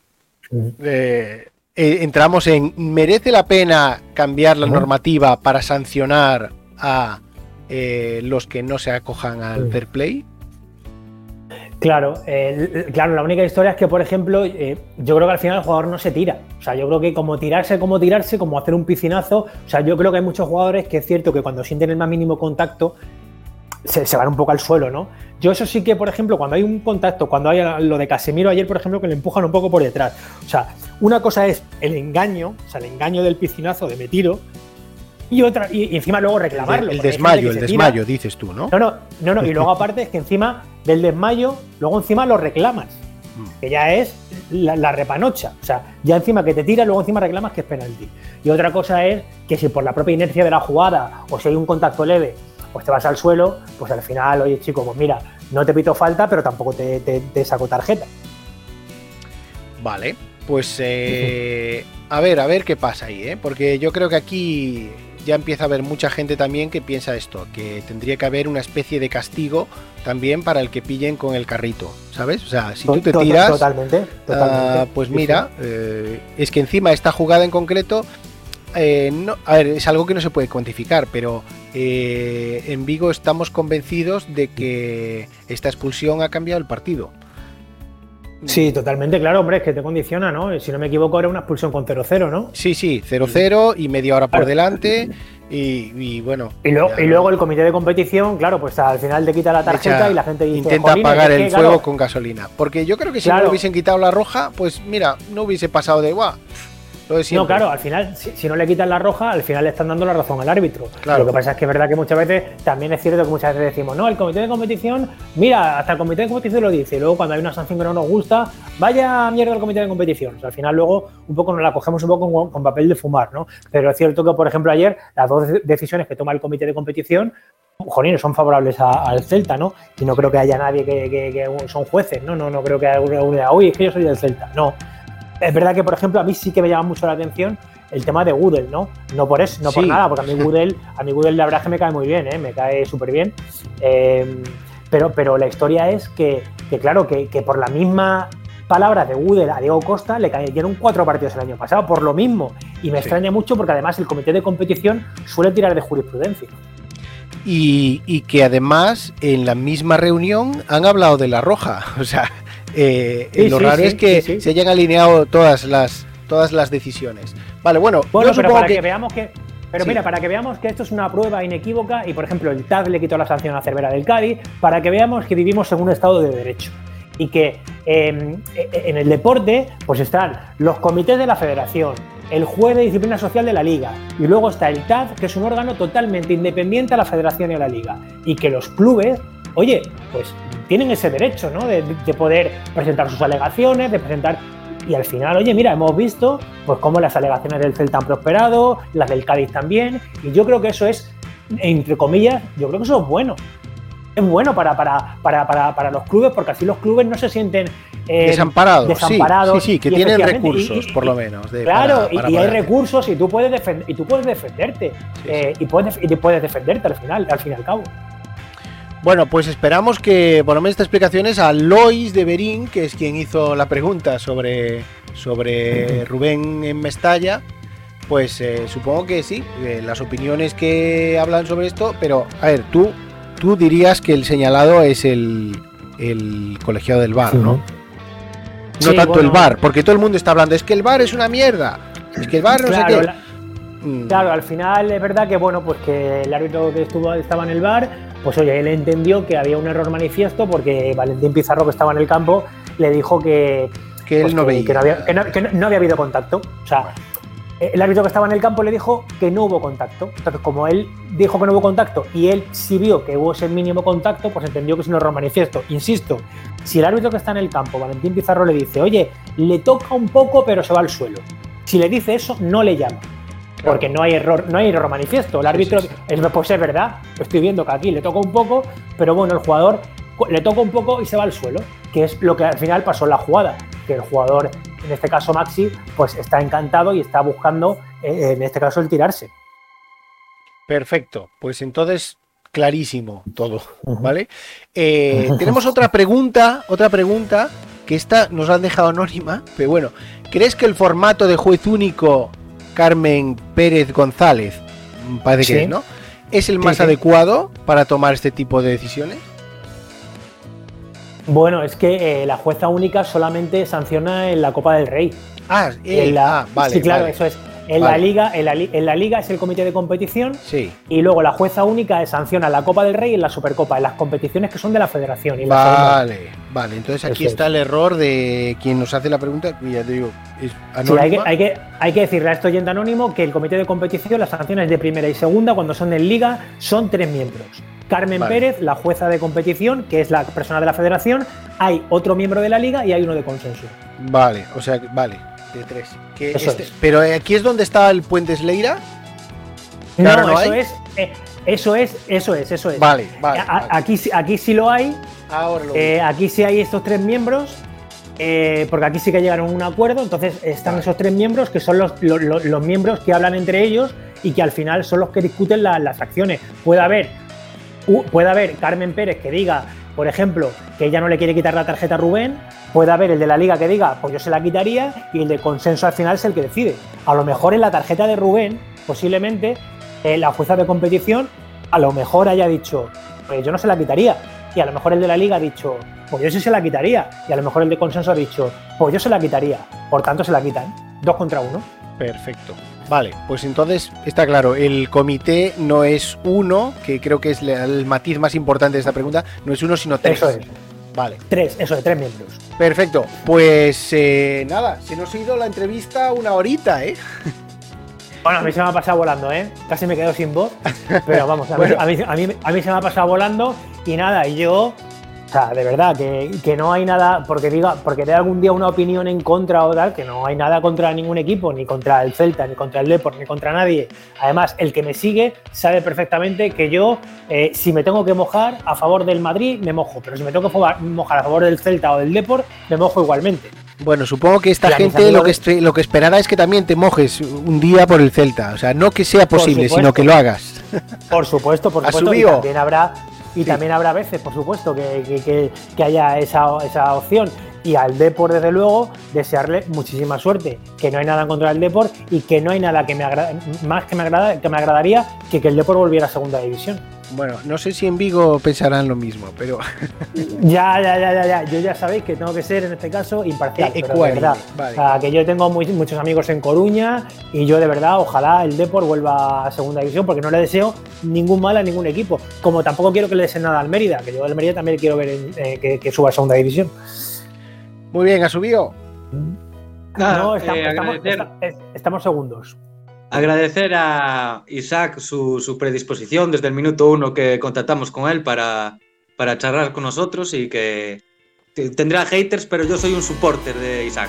eh, eh, entramos en, ¿merece la pena cambiar la normativa para sancionar a eh, los que no se acojan al fair play? Claro, eh, claro, la única historia es que, por ejemplo, eh, yo creo que al final el jugador no se tira. O sea, yo creo que como tirarse, como tirarse, como hacer un piscinazo. O sea, yo creo que hay muchos jugadores que es cierto que cuando sienten el más mínimo contacto se, se van un poco al suelo, ¿no? Yo eso sí que, por ejemplo, cuando hay un contacto, cuando hay lo de Casemiro ayer, por ejemplo, que le empujan un poco por detrás. O sea, una cosa es el engaño, o sea, el engaño del piscinazo de me tiro, y otra, y, y encima luego reclamarlo. El, el desmayo, el desmayo, dices tú, ¿no? No, no, no, no, y luego aparte es que encima del desmayo, luego encima lo reclamas, que ya es la, la repanocha. O sea, ya encima que te tiras, luego encima reclamas que es penalti. Y otra cosa es que si por la propia inercia de la jugada, o si hay un contacto leve, pues te vas al suelo, pues al final, oye chico, pues mira, no te pito falta, pero tampoco te, te, te saco tarjeta. Vale, pues eh, a ver, a ver qué pasa ahí, ¿eh? Porque yo creo que aquí ya empieza a haber mucha gente también que piensa esto, que tendría que haber una especie de castigo también para el que pillen con el carrito, ¿sabes? O sea, si tú te tiras, totalmente, totalmente. Uh, pues mira, eh, es que encima esta jugada en concreto, eh, no, a ver, es algo que no se puede cuantificar, pero eh, en Vigo estamos convencidos de que esta expulsión ha cambiado el partido. Sí, totalmente, claro, hombre, es que te condiciona, ¿no? Si no me equivoco, era una expulsión con cero cero, ¿no? Sí, sí, cero cero y media hora por claro. delante y, y bueno... Y luego, y luego el comité de competición, claro, pues al final te quita la tarjeta echa, y la gente dice... Intenta apagar el que, fuego claro, con gasolina. Porque yo creo que si claro. no le hubiesen quitado la roja, pues mira, no hubiese pasado de guau. No, claro, al final, si, si no le quitan la roja, al final le están dando la razón al árbitro. Claro. Lo que pasa es que es verdad que muchas veces, también es cierto que muchas veces decimos, no, el comité de competición, mira, hasta el comité de competición lo dice, y luego cuando hay una sanción que no nos gusta, vaya mierda el comité de competición. O sea, al final luego un poco nos la cogemos un poco con, con papel de fumar, ¿no? Pero es cierto que, por ejemplo, ayer, las dos decisiones que toma el comité de competición, jolín, son favorables a, al Celta, ¿no? Y no creo que haya nadie que, que, que son jueces, ¿no? No, no creo que haya uno diga, uy, es que yo soy del Celta, no. Es verdad que, por ejemplo, a mí sí que me llama mucho la atención el tema de Gudel, ¿no? No por eso, no sí. por nada, porque a mí Gudel, a mí Gudel la verdad es que me cae muy bien, ¿eh? Me cae súper bien. Eh, pero, pero la historia es que, que claro, que, que por la misma palabra de Gudel a Diego Costa le cayeron cuatro partidos el año pasado, por lo mismo. Y me sí. extraña mucho porque además el comité de competición suele tirar de jurisprudencia. Y, y que además en la misma reunión han hablado de la roja, o sea... Eh, sí, lo sí, raro sí, es que sí, sí. se hayan alineado todas las todas las decisiones. Vale, bueno, bueno yo pero supongo para que... que veamos que pero sí. mira, para que veamos que esto es una prueba inequívoca y por ejemplo el T A D le quitó la sanción a Cervera del Cádiz, para que veamos que vivimos en un estado de derecho y que eh, en el deporte pues están los comités de la federación, el juez de disciplina social de la liga y luego está el T A D, que es un órgano totalmente independiente a la federación y a la liga, y que los clubes, oye, pues tienen ese derecho, ¿no? De, de poder presentar sus alegaciones, de presentar... Y al final, oye, mira, hemos visto pues cómo las alegaciones del Celta han prosperado, las del Cádiz también, y yo creo que eso es, entre comillas, yo creo que eso es bueno. Es bueno para, para, para, para, para los clubes, porque así los clubes no se sienten... Eh, desamparados, desamparados, sí, sí, sí, que tienen recursos, y, y, por lo menos. De, claro, para, para y, y hay recursos y tú puedes, defend- y tú puedes defenderte, sí, eh, sí. Y, puedes, y puedes defenderte al final, al fin y al cabo. Bueno, pues esperamos que por lo menos esta explicación es a Lois de Berín, que es quien hizo la pregunta sobre, sobre Rubén en Mestalla. Pues eh, supongo que sí, eh, las opiniones que hablan sobre esto, pero a ver, tú, tú dirías que el señalado es el, el colegiado del V A R, ¿no? No sí, tanto bueno, el V A R, porque todo el mundo está hablando, es que el V A R es una mierda, es que el V A R no claro, sé qué. La... Claro, al final es verdad que bueno, pues que el árbitro que estuvo estaba en el V A R, pues oye, él entendió que había un error manifiesto porque Valentín Pizarro, que estaba en el campo, le dijo que, que él pues, no que, veía. Que no, había, que, no, que no había habido contacto. O sea, el árbitro que estaba en el campo le dijo que no hubo contacto. Entonces, como él dijo que no hubo contacto y él sí vio que hubo ese mínimo contacto, pues entendió que es un error manifiesto. Insisto, si el árbitro que está en el campo, Valentín Pizarro, le dice, oye, le toca un poco pero se va al suelo, si le dice eso, no le llama. Porque no hay error, no hay error manifiesto. El árbitro, sí, sí, sí. Es, pues es verdad, estoy viendo que aquí le toca un poco, pero bueno, el jugador le toca un poco y se va al suelo, que es lo que al final pasó en la jugada, que el jugador, en este caso Maxi, pues está encantado y está buscando, eh, en este caso, el tirarse. Perfecto, pues entonces clarísimo todo, ¿vale? Eh, tenemos otra pregunta, otra pregunta, que esta nos la han dejado anónima, pero bueno, ¿crees que el formato de juez único Carmen Pérez González, parece sí. que es, ¿no? ¿Es el más sí, sí. adecuado para tomar este tipo de decisiones? Bueno, es que eh, la jueza única solamente sanciona en la Copa del Rey. Ah, eh, en la, ah, vale. Sí, claro, vale. eso es. En, Vale. la liga, en, la, en la liga es el comité de competición Sí. y luego la jueza única sanciona la Copa del Rey y la Supercopa, en las competiciones que son de la federación. Y la Vale, vale. Entonces aquí Eso está es. el error de quien nos hace la pregunta, que ya te digo, es Sí, anónima. hay, que, hay, que, hay que decirle a este oyente anónimo que el comité de competición, las sanciones de primera y segunda, cuando son en liga, son tres miembros. Carmen Vale. Pérez, la jueza de competición, que es la persona de la federación, hay otro miembro de la liga y hay uno de consenso. Vale, o sea, vale, de tres. Que Eso este- es. Pero eh, aquí es donde está el puente Esleira. No, Claro, ¿no eso hay? es, eh, eso es, eso es, eso es. Vale, vale. A- vale. Aquí, sí- aquí sí lo hay. Ahora lo Eh, aquí sí hay estos tres miembros, eh, porque aquí sí que llegaron a un acuerdo, entonces están Vale. esos tres miembros que son los, los, los- los miembros que hablan entre ellos y que al final son los que discuten la- las acciones. Puede haber, u- puede haber Carmen Pérez que diga, por ejemplo, que ella no le quiere quitar la tarjeta a Rubén, puede haber el de la liga que diga, pues yo se la quitaría, y el de consenso al final es el que decide. A lo mejor en la tarjeta de Rubén, posiblemente, eh, la jueza de competición a lo mejor haya dicho, pues yo no se la quitaría. Y a lo mejor el de la liga ha dicho, pues yo sí se la quitaría. Y a lo mejor el de consenso ha dicho, pues yo se la quitaría. Por tanto, se la quitan. Dos contra uno. Perfecto. Vale, pues entonces está claro, el comité no es uno, que creo que es la- el matiz más importante de esta pregunta, no es uno, sino tres. Eso es. Vale, Tres, eso de tres miembros. perfecto. Pues eh, nada, se nos ha ido la entrevista una horita, ¿eh? Bueno, a mí se me ha pasado volando, ¿eh? Casi me quedo sin voz. Pero vamos, a, Bueno. mí, a, mí, a, mí, a mí se me ha pasado volando y nada, y yo... O sea, de verdad, que, que no hay nada, porque diga, porque dé algún día una opinión en contra o tal, que no hay nada contra ningún equipo, ni contra el Celta, ni contra el Depor, ni contra nadie. Además, el que me sigue sabe perfectamente que yo, eh, si me tengo que mojar a favor del Madrid, me mojo, pero si me tengo que fogar- mojar a favor del Celta o del Depor, me mojo igualmente. Bueno, supongo que esta Y a mis gente lo que, amigos- estre- lo que esperará es que también te mojes un día por el Celta. O sea, no que sea posible, supuesto. sino que lo hagas. Por supuesto, por ¿Has supuesto. Y subido? también habrá, y Sí. también habrá veces, por supuesto, que, que, que- que haya esa, esa opción. Y al Depor, desde luego, desearle muchísima suerte. Que no hay nada en contra del Depor y que no hay nada que me agrada, más que me, agrada, que me agradaría que, que el Depor volviera a segunda división. Bueno, no sé si en Vigo pensarán lo mismo, pero Ya, ya, ya, ya, ya. Yo ya sabéis que tengo que ser, en este caso, imparcial. E- pero de ecuánime, verdad. vale. O sea, que yo tengo muy- muchos amigos en Coruña y yo, de verdad, ojalá el Depor vuelva a segunda división porque no le deseo ningún mal a ningún equipo. Como tampoco quiero que le deseen nada al Mérida, que yo al Mérida también quiero ver en- eh, que, que suba a segunda división. muy bien, ha subido. Nada, no, estamos, eh, estamos- agradecer, esta- es- estamos segundos. agradecer a Isaac su, su predisposición desde el minuto uno que contactamos con él para, para charlar con nosotros y que t- tendrá haters, pero yo soy un supporter de Isaac.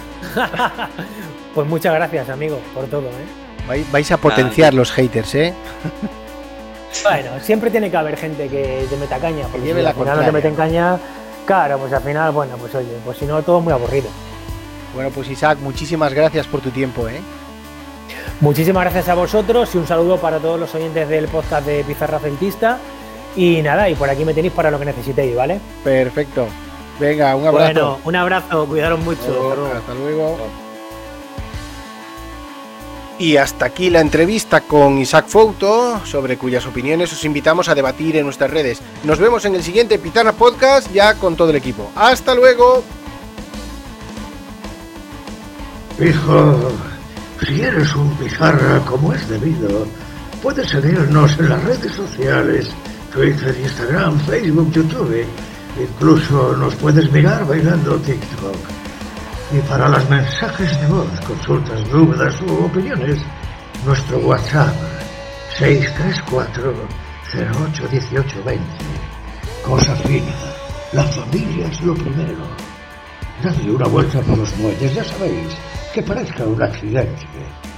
Pues muchas gracias, amigo, por todo, ¿eh? Vai- Vais a potenciar los haters, ¿eh? Bueno, siempre tiene que haber gente que te meta caña, porque lleve si la al final no contraria. te meten caña, claro, pues al final, bueno, pues oye, pues si no, todo es muy aburrido. Bueno, pues Isaac, muchísimas gracias por tu tiempo, ¿eh? Muchísimas gracias a vosotros y un saludo para todos los oyentes del podcast de Pizarra Celtista. Y nada, y por aquí me tenéis para lo que necesitéis, ¿vale? Perfecto. Venga, un abrazo. Bueno, un abrazo, cuidaros mucho. Hasta luego. Hasta luego. Hasta luego. Y hasta aquí la entrevista con Isaac Fouto, sobre cuyas opiniones os invitamos a debatir en nuestras redes. Nos vemos en el siguiente Pizarra Podcast ya con todo el equipo. ¡Hasta luego! Hijo, si eres un pizarra como es debido, puedes seguirnos en las redes sociales, Twitter, Instagram, Facebook, YouTube. Incluso nos puedes mirar bailando TikTok. Y para los mensajes de voz, consultas, dudas u opiniones, nuestro WhatsApp seis tres cuatro cero ocho uno ocho dos cero. Cosa fina, la familia es lo primero. Dadle una vuelta por los muelles, ya sabéis, que parezca un accidente.